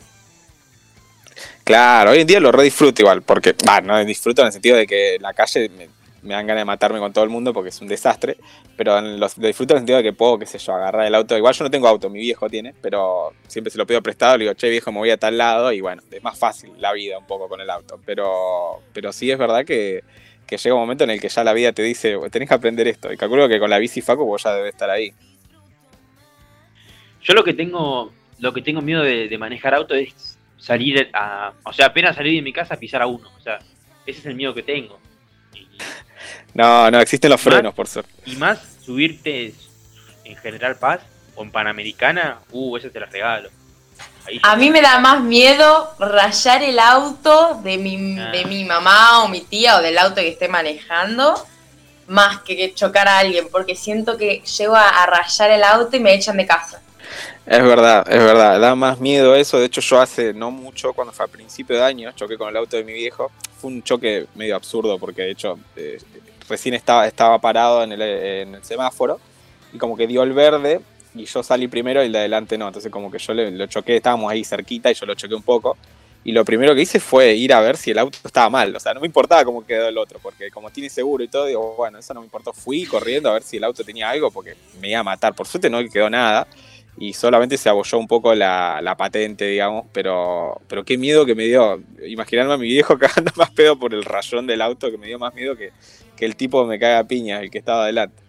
Claro, hoy en día lo re disfruto igual, porque, bah, no disfruto en el sentido de que en la calle me, me dan ganas de matarme con todo el mundo porque es un desastre, pero en los- lo disfruto en el sentido de que puedo, qué sé yo, agarrar el auto. Igual yo no tengo auto, mi viejo tiene, pero siempre se lo pido prestado, le digo, che viejo, me voy a tal lado y bueno, es más fácil la vida un poco con el auto, pero, pero sí es verdad que, que llega un momento en el que ya la vida te dice, tenés que aprender esto, y calculo que con la bici Facu vos ya debes estar ahí. Yo lo que tengo, lo que tengo miedo de, de manejar auto es salir a, o sea, apenas salir de mi casa pisar a uno, o sea, ese es el miedo que tengo. Y, No, no, existen los ¿Más? frenos, por suerte. y más subirte en General Paz o en Panamericana, uh, ese te la regalo. Ahí A mí me da más miedo rayar el auto de mi, Ah. de mi mamá o mi tía o del auto que esté manejando más que chocar a alguien, porque siento que llego a, a rayar el auto y me echan de casa. Es verdad, es verdad, da más miedo eso. De hecho, yo hace no mucho, cuando fue a principio de año, choqué con el auto de mi viejo. Fue un choque medio absurdo porque de hecho eh, recién estaba, estaba parado en el, en el semáforo y como que dio el verde y yo salí primero y el de adelante no. Entonces como que yo le, lo choqué, estábamos ahí cerquita y yo lo choqué un poco. Y lo primero que hice fue ir a ver si el auto estaba mal. O sea, no me importaba cómo quedó el otro, porque como tiene seguro y todo, digo, bueno, eso no me importó. Fui corriendo a ver si el auto tenía algo, porque me iba a matar. Por suerte no quedó nada, y solamente se abolló un poco la, la patente, digamos, pero, pero qué miedo que me dio. Imaginarme a mi viejo cagando más pedo por el rayón del auto, que me dio más miedo que, que el tipo me caga a piñas, el que estaba adelante.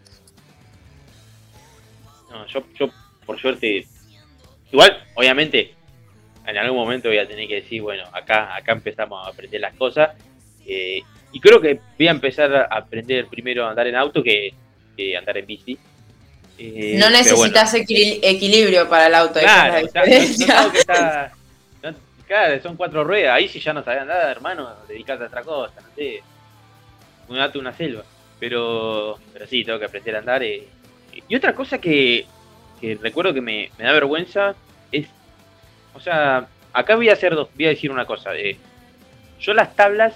No, yo, yo, por suerte, igual, obviamente, en algún momento voy a tener que decir, bueno, acá acá empezamos a aprender las cosas. Eh, y creo que voy a empezar a aprender primero a andar en auto que, que andar en bici. Eh, no necesitas bueno. equil- equilibrio para el auto. Claro, está, no, no que está, no, claro, son cuatro ruedas. Ahí si ya no sabías nada, hermano, dedicate a otra cosa, no sé. Un gato, una selva. Pero, pero sí, tengo que aprender a andar. Eh. Y otra cosa que, que recuerdo que me, me da vergüenza es, o sea, acá voy a hacer dos, voy a decir una cosa. Eh, yo las tablas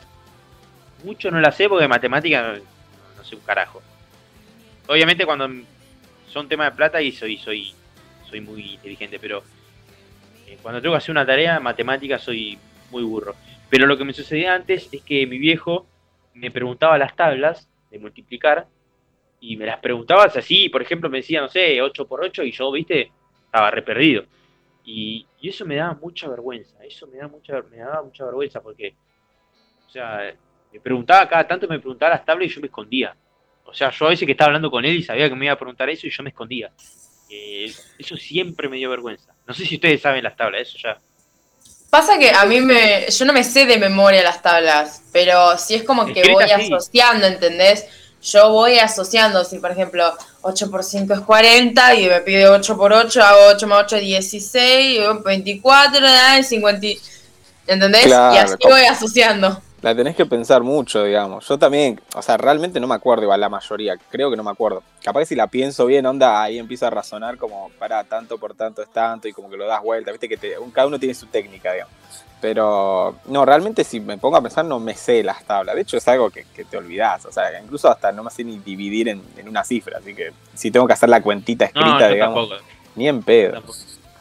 mucho no las sé porque de matemática no, no sé un carajo. Obviamente cuando son temas de plata y soy soy soy muy inteligente, pero eh, cuando tengo que hacer una tarea matemática soy muy burro. Pero lo que me sucedía antes es que mi viejo me preguntaba las tablas de multiplicar y me las preguntaba así, por ejemplo me decía, no sé, ocho por ocho y yo, viste, estaba re perdido. Y, y eso me daba mucha vergüenza, eso me, da mucha, me daba mucha vergüenza porque, o sea, me preguntaba cada tanto, me preguntaba las tablas y yo me escondía. O sea, yo a veces que estaba hablando con él y sabía que me iba a preguntar eso y yo me escondía. Eh, eso siempre me dio vergüenza. No sé si ustedes saben las tablas, eso ya. Pasa que a mí me, yo no me sé de memoria las tablas, pero sí es como que voy asociando, ¿entendés? Yo voy asociando, si por ejemplo ocho por cinco es cuarenta y me pide ocho por ocho, hago ocho más ocho es dieciséis, veinticuatro, cincuenta, ¿entendés? Claro, y así voy asociando. La tenés que pensar mucho, digamos. Yo también, o sea, realmente no me acuerdo igual la mayoría, creo que no me acuerdo. Capaz que si la pienso bien, onda, ahí empiezo a razonar como, para, tanto por tanto es tanto, y como que lo das vuelta, viste que te, cada uno tiene su técnica, digamos. Pero, no, realmente si me pongo a pensar no me sé las tablas. De hecho es algo que, que te olvidás, o sea, incluso hasta no me sé ni dividir en, en una cifra, así que si tengo que hacer la cuentita escrita, no, digamos, tampoco. Ni en pedo. Tampoco.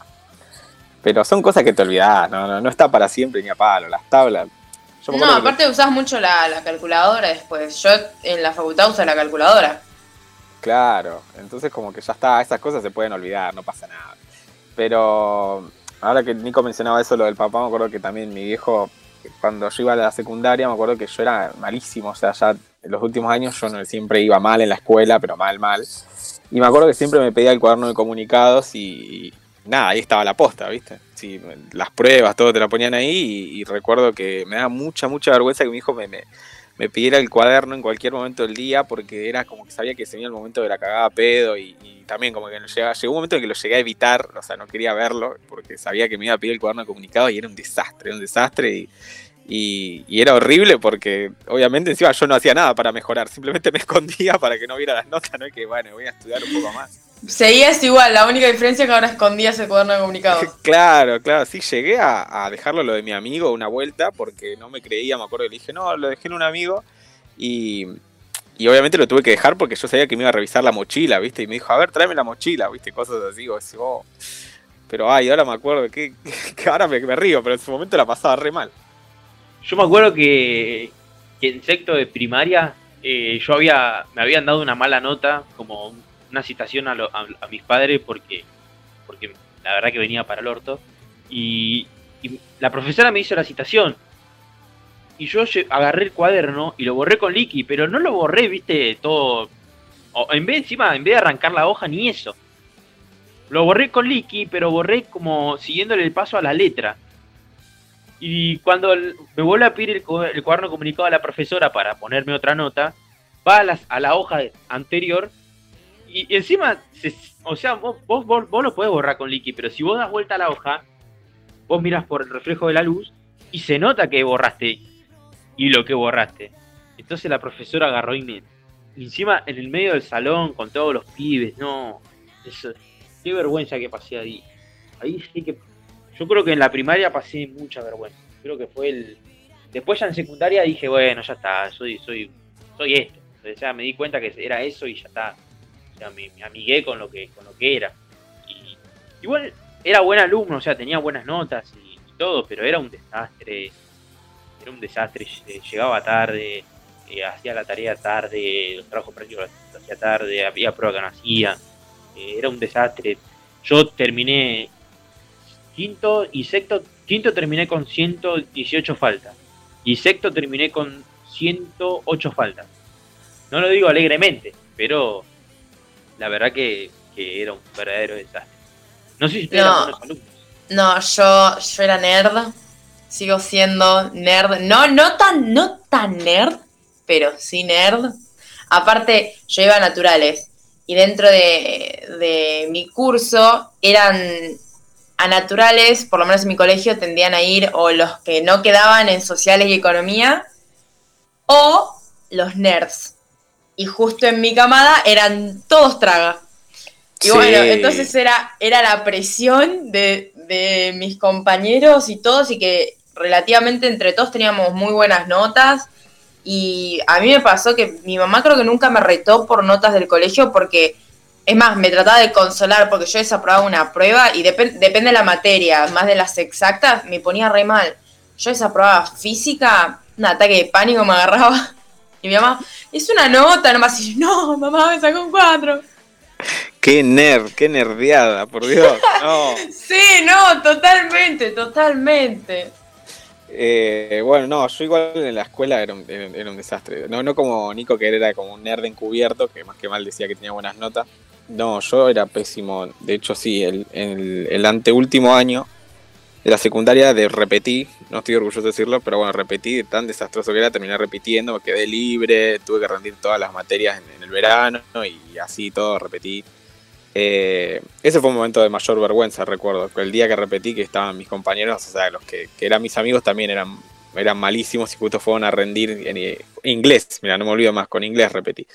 Pero son cosas que te olvidás, no, no, no está para siempre ni a palo, las tablas. No, aparte que... usás mucho la, la calculadora después. Yo en la facultad uso la calculadora. Claro, entonces como que ya está, esas cosas se pueden olvidar, no pasa nada. Pero ahora que Nico mencionaba eso, lo del papá, me acuerdo que también mi viejo, cuando yo iba a la secundaria, me acuerdo que yo era malísimo. O sea, ya en los últimos años yo no, siempre iba mal en la escuela, pero mal, mal. Y me acuerdo que siempre me pedía el cuaderno de comunicados y... nada, ahí estaba la posta, ¿viste? Sí, las pruebas, todo te la ponían ahí y, y recuerdo que me daba mucha, mucha vergüenza que mi hijo me, me, me pidiera el cuaderno en cualquier momento del día porque era como que sabía que se venía el momento de la cagada pedo y, y también como que no llegaba, llegó un momento en que lo llegué a evitar, o sea, no quería verlo porque sabía que me iba a pedir el cuaderno de comunicado y era un desastre, era un desastre y, y, y era horrible porque obviamente encima yo no hacía nada para mejorar, simplemente me escondía para que no viera las notas, no es que bueno, voy a estudiar un poco más. Seguías igual, la única diferencia es que ahora escondías el cuaderno de comunicados. Claro, claro, sí, llegué a, a dejarlo lo de mi amigo una vuelta porque no me creía, me acuerdo que le dije, no, lo dejé en un amigo y, y obviamente lo tuve que dejar porque yo sabía que me iba a revisar la mochila, ¿viste? Y me dijo, a ver, tráeme la mochila, ¿viste? Cosas así, o así, oh. Pero ay, ahora me acuerdo que, que ahora me, me río, pero en su momento la pasaba re mal. Yo me acuerdo que, que en sexto de primaria eh, yo había me habían dado una mala nota, como una citación a, lo, a, a mis padres porque, porque la verdad que venía para el orto y, y la profesora me hizo la citación y yo agarré el cuaderno y lo borré con liqui, pero no lo borré, viste, todo, o en vez encima, en vez de arrancar la hoja ni eso, lo borré con liqui, pero borré como siguiéndole el paso a la letra. Y cuando me vuelve a pedir el, el cuaderno comunicado a la profesora para ponerme otra nota, va a, las, a la hoja anterior y, y encima, se, o sea, vos, vos, vos, vos lo podés borrar con liqui, pero si vos das vuelta a la hoja, vos mirás por el reflejo de la luz y se nota que borraste y lo que borraste. Entonces la profesora agarró y me, Y encima en el medio del salón con todos los pibes, no. Eso, qué vergüenza que pasé ahí. Ahí sí que. Yo creo que en la primaria pasé mucha vergüenza. Creo que fue el. Después ya en secundaria dije, bueno, ya está, soy, soy, soy esto. O sea, me di cuenta que era eso y ya está. O sea, me, me amigué con lo que, con lo que era. Y igual era buen alumno, o sea, tenía buenas notas y, y todo, pero era un desastre. Era un desastre, llegaba tarde, eh, hacía la tarea tarde, los trabajos prácticos los hacía tarde, había pruebas que no hacía, eh, era un desastre. Yo terminé quinto y sexto, quinto terminé con ciento dieciocho faltas y sexto terminé con ciento ocho faltas. No lo digo alegremente, pero la verdad que, que era un verdadero desastre. No sé si ustedes eran buenos alumnos. No, yo, yo era nerd. Sigo siendo nerd, no, no tan, no tan nerd, pero sí nerd. Aparte, yo iba a naturales y dentro de, de mi curso eran a naturales, por lo menos en mi colegio tendían a ir o los que no quedaban en sociales y economía o los nerds. Y justo en mi camada eran todos traga. Y sí. Bueno, entonces era, era la presión de, de mis compañeros y todos y que relativamente entre todos teníamos muy buenas notas y a mí me pasó que mi mamá creo que nunca me retó por notas del colegio porque, es más, me trataba de consolar porque yo desaprobaba una prueba y dep- depende de la materia, más de las exactas, me ponía re mal. Yo desaprobaba física, un ataque de pánico me agarraba y mi mamá, es una nota nomás y yo, no, mamá, me sacó un cuatro. Qué nerd, qué nerdeada, por Dios, no. Sí, no, totalmente, totalmente. Eh, bueno, no, yo igual en la escuela era un, era, era un desastre. No, no como Nico, que era como un nerd encubierto, que más que mal decía que tenía buenas notas. No, yo era pésimo. De hecho, sí, el, el, el anteúltimo año de la secundaria de repetí, no estoy orgulloso de decirlo, pero bueno, repetí, tan desastroso que era, terminé repitiendo, me quedé libre, tuve que rendir todas las materias en, en el verano y así todo, repetí. Eh, ese fue un momento de mayor vergüenza, recuerdo, el día que repetí que estaban mis compañeros, o sea, los que, que eran mis amigos también eran, eran malísimos y justo fueron a rendir en, en inglés, mira, no me olvido más, con inglés repetí.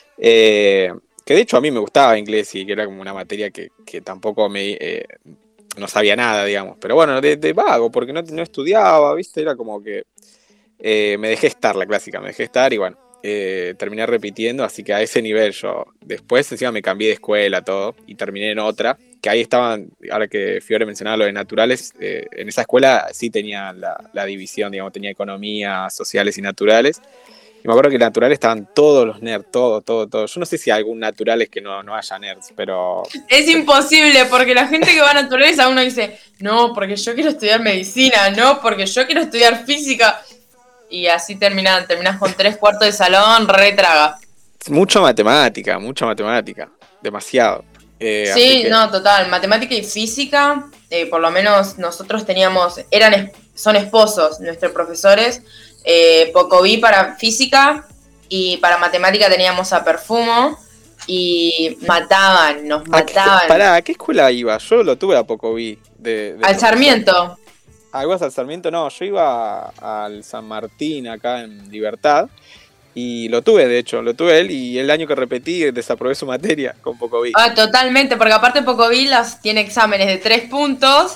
Eh, que de hecho a mí me gustaba inglés y que era como una materia que, que tampoco me... Eh, no sabía nada, digamos, pero bueno, de, de vago, porque no, no estudiaba, ¿viste? Era como que eh, me dejé estar la clásica, me dejé estar y bueno, eh, terminé repitiendo, así que a ese nivel yo, después encima me cambié de escuela, todo, y terminé en otra, que ahí estaban, ahora que Fiore mencionaba lo de naturales, eh, en esa escuela sí tenía la, la división, digamos, tenía economía, sociales y naturales. Y me acuerdo que en naturales estaban todos los nerds, todo, todo, todo. Yo no sé si hay algún naturales que no, no haya nerds, pero... Es imposible, porque la gente que va a naturales a uno dice, no, porque yo quiero estudiar medicina, no, porque yo quiero estudiar física. Y así terminan, terminas con tres cuartos de salón, re traga. Mucha matemática, mucha matemática, demasiado. Eh, sí, que... no, total, matemática y física, eh, por lo menos nosotros teníamos, eran, son esposos nuestros profesores. Eh, Pocoví para física y para matemática teníamos a Perfumo y mataban, nos mataban. ¿A qué, pará, ¿a qué escuela iba? Yo lo tuve a Pocoví. De, de al Sarmiento. ¿Ah, ibas al Sarmiento? No, yo iba al San Martín acá en Libertad y lo tuve, de hecho, lo tuve él y el año que repetí desaprobé su materia con Pocoví. Ah, totalmente, porque aparte Pocoví las tiene exámenes de tres puntos.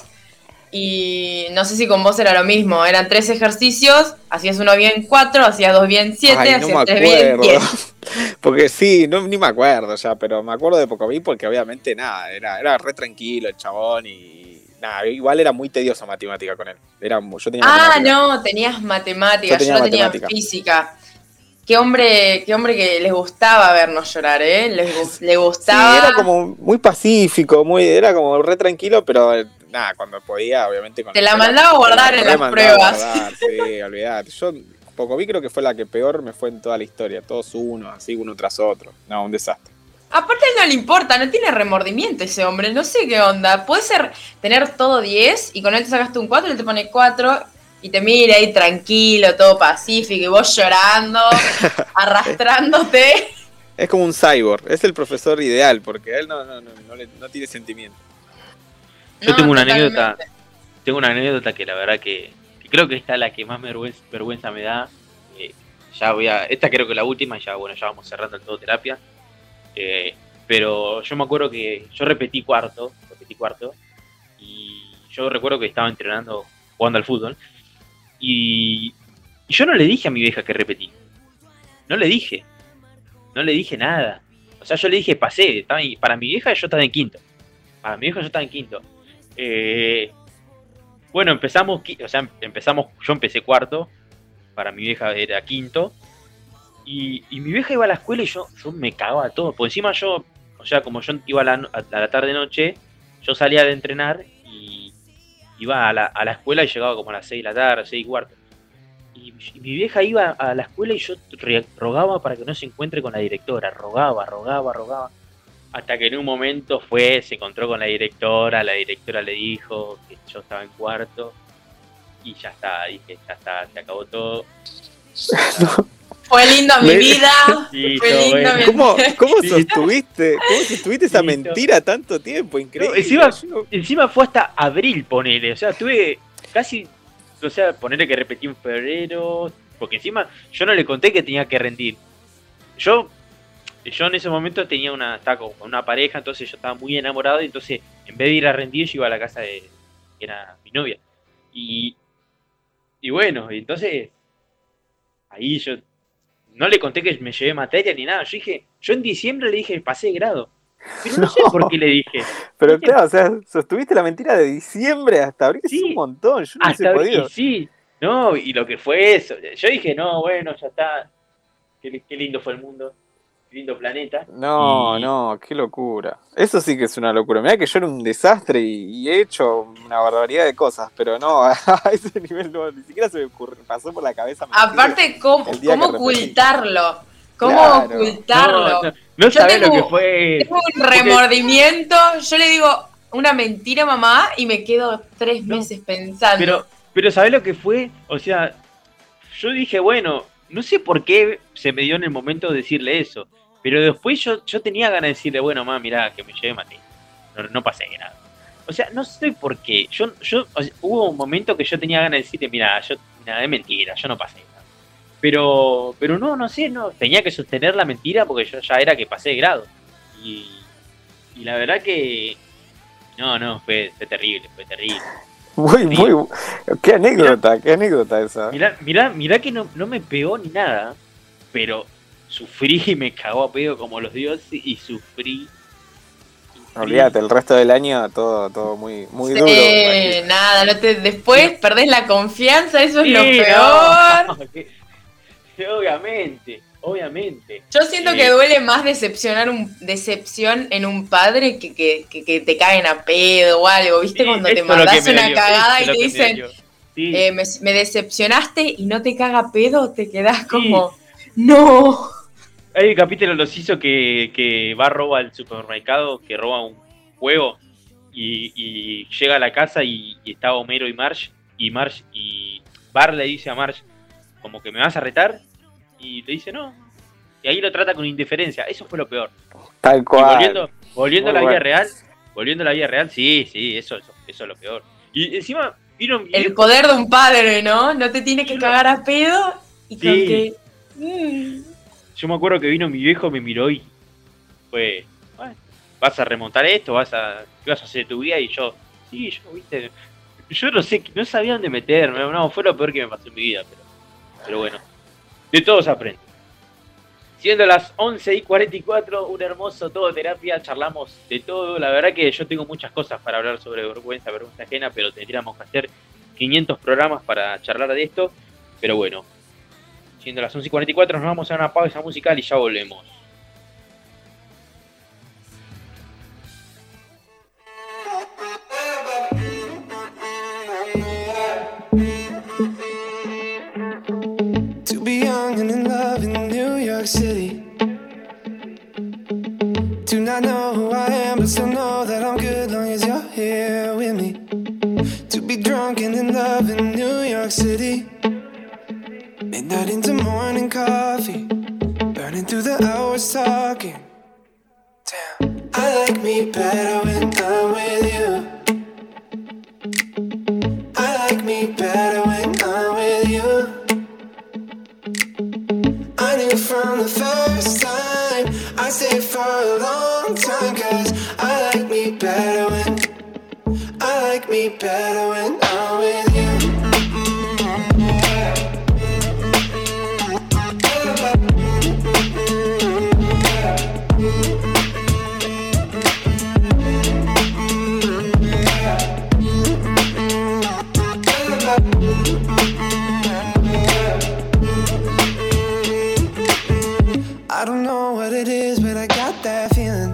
Y no sé si con vos era lo mismo, eran tres ejercicios, hacías uno bien cuatro, hacías dos bien siete, Ay, hacías no tres bien diez. Porque sí, no, ni me acuerdo ya, pero me acuerdo de Pocoví porque obviamente nada, era, era re tranquilo el chabón y nada, igual era muy tediosa matemática con él. Era, yo tenía ah, matemática. no, tenías matemáticas, yo, tenía, yo no tenía física. Qué hombre, qué hombre que les gustaba vernos llorar, ¿eh? Les, les gustaba. Sí, era como muy pacífico, muy, era como re tranquilo, pero nada, cuando podía, obviamente. Con Te la mandaba a guardar en las pruebas. Guardar, sí, olvidate. Yo, Pocoví creo que fue la que peor me fue en toda la historia. Todos uno, así, uno tras otro. No, un desastre. Aparte a él no le importa, no tiene remordimiento ese hombre, no sé qué onda. Puede ser tener todo diez y con él te sacaste un cuatro y él te pone cuatro. Y te mira ahí tranquilo, todo pacífico, y vos llorando, arrastrándote. Es como un cyborg, es el profesor ideal, porque él no, no, no, no, le, no tiene sentimiento. Yo no, tengo una totalmente. anécdota, tengo una anécdota que la verdad que, que creo que esta es la que más vergüenza, vergüenza me da. Eh, ya voy a, esta creo que es la última, y ya bueno, ya vamos cerrando el todo terapia. Eh, pero yo me acuerdo que yo repetí cuarto, repetí cuarto, y yo recuerdo que estaba entrenando, jugando al fútbol, y, y yo no le dije a mi vieja que repetí. No le dije. No le dije nada. O sea, yo le dije, pasé. Estaba en, para mi vieja yo estaba en quinto. Para mi vieja yo estaba en quinto. Eh, bueno, empezamos, o sea, empezamos, yo empecé cuarto. Para mi vieja era quinto. Y, y mi vieja iba a la escuela y yo, yo me cagaba todo. Por encima yo, o sea, como yo iba a la, a la tarde-noche, yo salía de entrenar y iba a la, a la escuela y llegaba como a las seis de la tarde, seis y cuarto. Y, y mi vieja iba a la escuela y yo rogaba para que no se encuentre con la directora. Rogaba, rogaba, rogaba. Hasta que en un momento fue, se encontró con la directora, la directora le dijo que yo estaba en cuarto. Y ya está, dije, ya está, se acabó todo. No. Fue lindo mi Me... vida. Sí, fue lindo bueno. mi ¿Cómo, cómo Sí. sostuviste, cómo sostuviste esa Sí, mentira tanto tiempo? Increíble. No, encima, Yo- encima fue hasta abril, ponele. O sea, tuve casi, o sea, ponele que repetí en febrero. Porque encima yo no le conté que tenía que rendir. Yo, yo en ese momento tenía una, estaba con una pareja, entonces yo estaba muy enamorado. Y entonces, en vez de ir a rendir, yo iba a la casa de, que era mi novia. Y, y bueno, y entonces, ahí yo no le conté que me llevé materia ni nada. Yo dije, yo en diciembre le dije, pasé de grado. Pero no, No. sé por qué le dije. Pero Dije, claro, o sea, sostuviste la mentira de diciembre hasta abril, Sí. es un montón, yo no hubiese hasta podido. y sí, no, y lo que fue eso. Yo dije, no, bueno, ya está. Qué, qué lindo fue el mundo. Qué lindo planeta. No, Y- no, qué locura. Eso sí que es una locura. Mirá que yo era un desastre y, y he hecho una barbaridad de cosas, pero no, a ese nivel no, ni siquiera se me ocurrió, pasó por la cabeza. mentir. Aparte, ¿cómo, El día cómo que repetí. ocultarlo? ¿Cómo Claro. ocultarlo? No, no, no Yo sabés lo tengo- que fue. Tengo un remordimiento. Yo le digo una mentira a mamá y me quedo tres No. meses pensando. Pero, pero ¿sabés lo que fue? O sea, yo dije, bueno, no sé por qué se me dio en el momento de decirle eso. Pero después yo, yo tenía ganas de decirle, bueno, mamá, mirá, que me lleve materia. No, no pasé nada. O sea, no sé por qué. Yo, yo, o sea, hubo un momento que yo tenía ganas de decirle, mirá, yo, nada, es mentira, yo no pasé nada. Pero, pero no, no sé, no, tenía que sostener la mentira porque yo ya era que pasé de grado. Y, y la verdad que, no, no, fue, fue terrible, fue terrible. Muy, Sí. muy. Qué anécdota, qué anécdota esa. Mirá, mirá, mirá que no, no me pegó ni nada, pero sufrí y me cagó a pedo como los dioses y sufrí. sufrí. Olvídate, el resto del año todo, todo muy, muy Sí, duro. nada, no te, después perdés la confianza, eso es lo Sí, peor. no, que- que obviamente, obviamente. Yo siento Eh, que duele más decepcionar un decepción en un padre que, que, que, que te caen a pedo o algo, ¿viste? sí, Cuando eso te es lo mandás que me una dolió, cagada eso y es lo te que me dicen, dolió. Sí, eh, me, me decepcionaste y no te caga pedo, te quedás como, no. hay un capítulo de los hizo que, que va a robar al supermercado, que roba un juego y, y llega a la casa y, y está Homero y Marge y Marge y Bart le dice a Marge como que me vas a retar y le dice no y ahí lo trata con indiferencia. Eso fue lo peor. Tal Y cual. volviendo, volviendo a la Muy vida bueno. real, volviendo a la vida real, sí, sí, eso, eso, eso es lo peor. Y encima vino mi El viejo- poder de un padre, ¿no? No te tiene que cagar a pedo y con Sí. que... mm, Yo me acuerdo que vino mi viejo, me miró y fue, bueno, vas a remontar esto, vas a, ¿qué vas a hacer de tu vida? Y yo, sí, yo, viste, yo no sé, no sabía dónde meterme, no, fue lo peor que me pasó en mi vida, pero, pero bueno, de todo se aprende. Siendo las once y cuarenta y cuatro, un hermoso todo terapia, charlamos de todo, la verdad que yo tengo muchas cosas para hablar sobre vergüenza, vergüenza ajena, pero tendríamos que hacer quinientos programas para charlar de esto, pero bueno. Siendo las once y cuarenta y cuatro, nos vamos a una pausa musical y ya volvemos. To be young and in love in New York City. Do not know who I am, but still know that I'm good long as you're here with me. To be drunk and in love in New York City. Midnight into morning coffee. Burning through the hours talking. Damn, I like me better when I'm with you. I like me better when I'm with you. I like me better when I'm with you. I don't know what it is, but I got that feeling.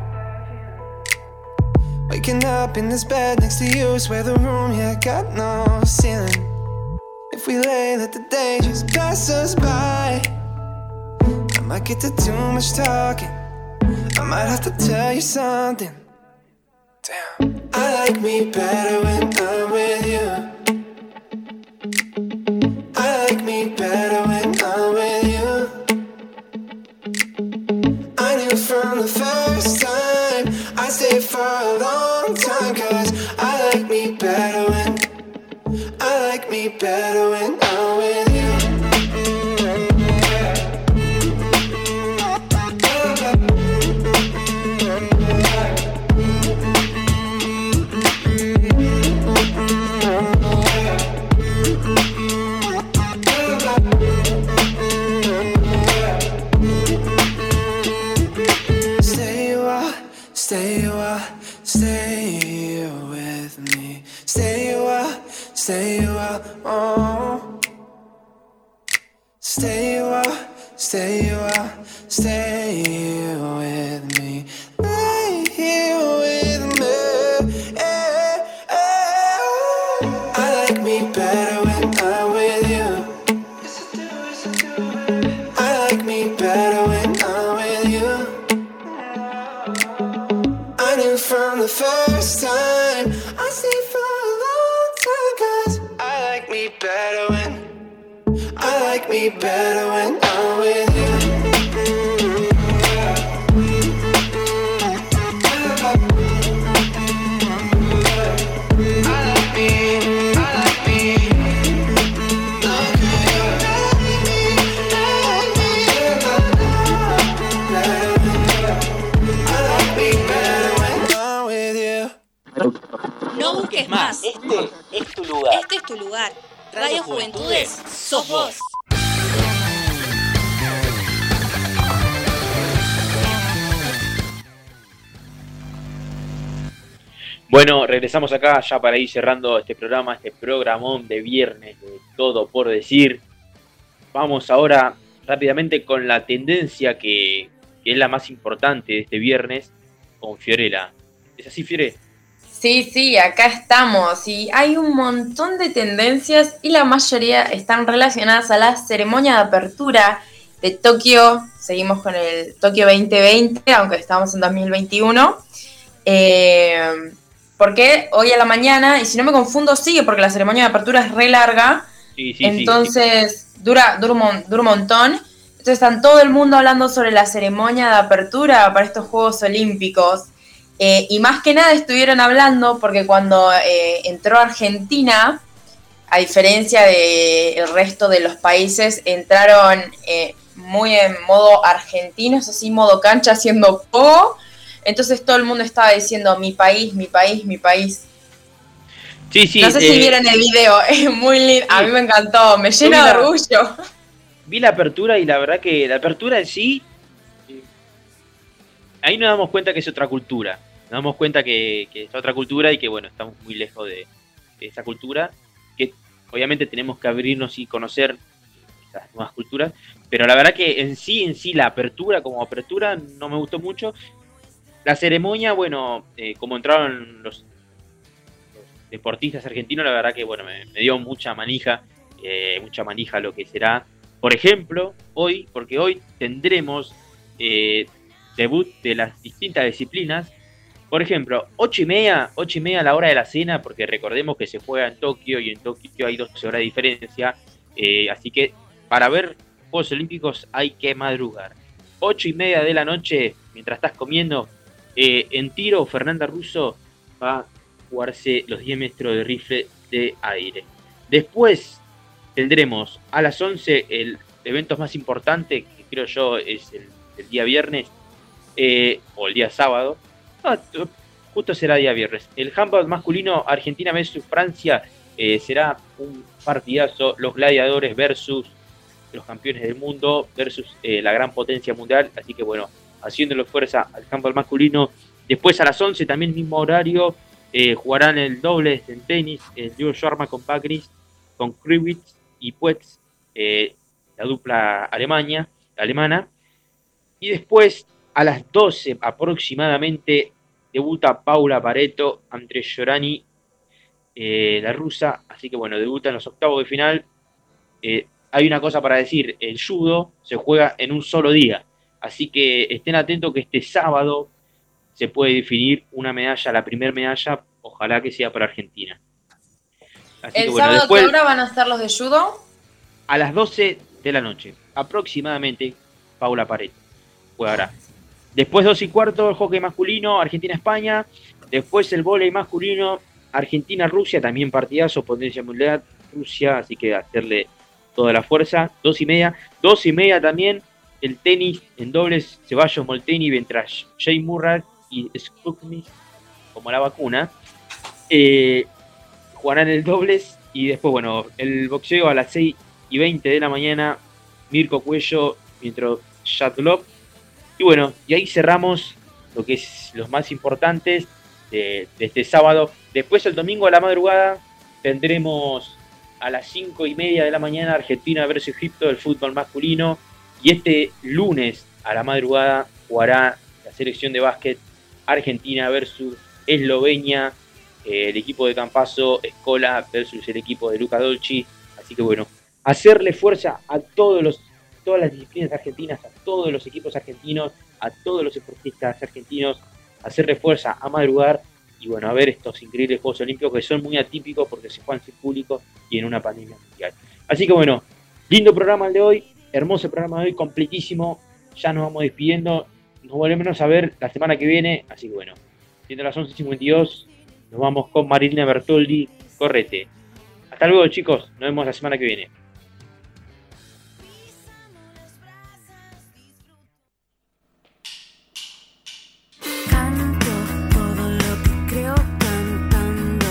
Waking up in this bed next to you, swear the room, yeah, got no ceiling. If we lay, let the day just pass us by. I might get to too much talking, I might have to tell you something. Damn. I like me better when I'm with you. I like me better when I'm with you. I knew from the first time I'd stay for a long time, cause I like me better when I like me better when I'm with you. Stay a while, stay a while, stay with me. Stay a while, stay a while, oh. Stay a while, stay a while, stay with me. Lay here with me. Eh, eh. I like me better when I'm with you. Yes, I do, yes, I do. I like me better when I'm with you. I knew from the first time I stayed for a long time, cause I like me better when I like me better when I'm with you. I like me, I like me. I like me better when I'm with you. No busques más. Este es tu lugar. Este es tu lugar. Radio Juventudes, sos vos. Bueno, regresamos acá ya para ir cerrando este programa, este programón de viernes de Todo por Decir. Vamos ahora rápidamente con la tendencia que, que es la más importante de este viernes, con Fiorella. ¿Es así, Fiore? Sí, sí, acá estamos y hay un montón de tendencias y la mayoría están relacionadas a la ceremonia de apertura de Tokio. Seguimos con el Tokio veinte veinte, aunque estamos en dos mil veintiuno. Eh, porque hoy a la mañana, y si no me confundo, sigue porque la ceremonia de apertura es re larga. Sí, sí, entonces sí, sí. Dura, dura, un, dura un montón. Entonces están todo el mundo hablando sobre la ceremonia de apertura para estos Juegos Olímpicos. Eh, y más que nada estuvieron hablando porque cuando eh, entró Argentina, a diferencia del resto de los países, entraron eh, muy en modo argentinos, así modo cancha, haciendo pogo. Entonces todo el mundo estaba diciendo mi país, mi país, mi país. Sí, sí. No sé eh, si vieron el video, es muy lindo, a mí me encantó, me llena de orgullo. Vi la apertura y la verdad que la apertura en sí, eh, ahí nos damos cuenta que es otra cultura. Nos damos cuenta que, que es otra cultura y que, bueno, estamos muy lejos de, de esa cultura, que obviamente tenemos que abrirnos y conocer estas nuevas culturas, pero la verdad que en sí, en sí, la apertura como apertura no me gustó mucho. La ceremonia, bueno, eh, como entraron los, los deportistas argentinos, la verdad que, bueno, me, me dio mucha manija, eh, mucha manija lo que será, por ejemplo, hoy, porque hoy tendremos eh, debut de las distintas disciplinas. Por ejemplo, ocho y media, ocho y media a la hora de la cena, porque recordemos que se juega en Tokio y en Tokio hay doce horas de diferencia, eh, así que para ver Juegos Olímpicos hay que madrugar. Ocho y media de la noche, mientras estás comiendo, eh, en tiro Fernanda Russo va a jugarse los diez metros de rifle de aire. Después tendremos a las once el evento más importante, que creo yo es el, el día viernes, eh, o el día sábado. Ah, justo será día viernes. El handball masculino Argentina versus Francia eh, será un partidazo. Los gladiadores versus los campeones del mundo versus eh, la gran potencia mundial. Así que bueno, haciéndole fuerza al handball masculino. Después a las once, también mismo horario, eh, jugarán el doble en tenis, el Joe Sharma con Bagris, con Kriwitz y Puetz, eh, la dupla Alemania, alemana. Y después a las doce aproximadamente debuta Paula Pareto ante Yorani, eh, la rusa. Así que bueno, debuta en los octavos de final. Eh, hay una cosa para decir, el judo se juega en un solo día. Así que estén atentos que este sábado se puede definir una medalla, la primera medalla, ojalá que sea para Argentina. Así ¿El que, bueno, sábado después, qué hora van a estar los de judo? A las doce de la noche, aproximadamente, Paula Pareto jugará. Después dos y cuarto, el hockey masculino, Argentina-España. Después el vóley masculino, Argentina-Rusia, también partidazo, potencia mundial, Rusia, así que hacerle toda la fuerza. Dos y media, dos y media también, el tenis en dobles, Ceballos Molteni, mientras Jay Murray y Sputnik, como la vacuna, eh, jugarán el dobles. Y después, bueno, el boxeo a las seis y veinte de la mañana, Mirko Cuello, mientras Shatlov. Y bueno, y ahí cerramos lo que es los más importantes de, de este sábado. Después el domingo a la madrugada tendremos a las cinco y media de la mañana Argentina versus Egipto del fútbol masculino. Y este lunes a la madrugada jugará la selección de básquet Argentina versus Eslovenia, eh, el equipo de Campazzo, Escola versus el equipo de Luca Dolci. Así que bueno, hacerle fuerza a todos los, todas las disciplinas argentinas, a todos los equipos argentinos, a todos los deportistas argentinos, hacerle fuerza a madrugar y bueno, a ver estos increíbles Juegos Olímpicos que son muy atípicos porque se juegan sin público y en una pandemia mundial. Así que bueno, lindo programa el de hoy. Hermoso programa de hoy, completísimo. Ya nos vamos despidiendo. Nos volvemos a ver la semana que viene. Así que bueno, siendo las once cincuenta y dos, nos vamos con Marilina Bertoldi. Correte. Hasta luego, chicos. Nos vemos la semana que viene. Canto todo lo que creo cantando,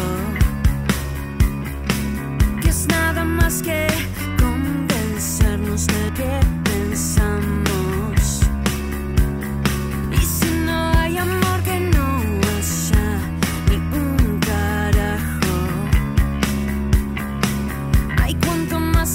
que es nada más que convencernos de que pensamos. Y si no hay amor, que no haya ni un carajo. Ay, cuanto más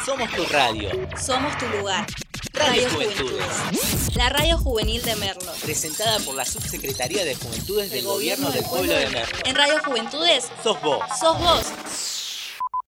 Somos tu radio. Somos tu lugar. Radio Radio Juventudes. Juventudes. La radio juvenil de Merlo. Presentada por la Subsecretaría de Juventudes del Gobierno del Pueblo de Merlo. En Radio Juventudes, Sos vos. sos vos.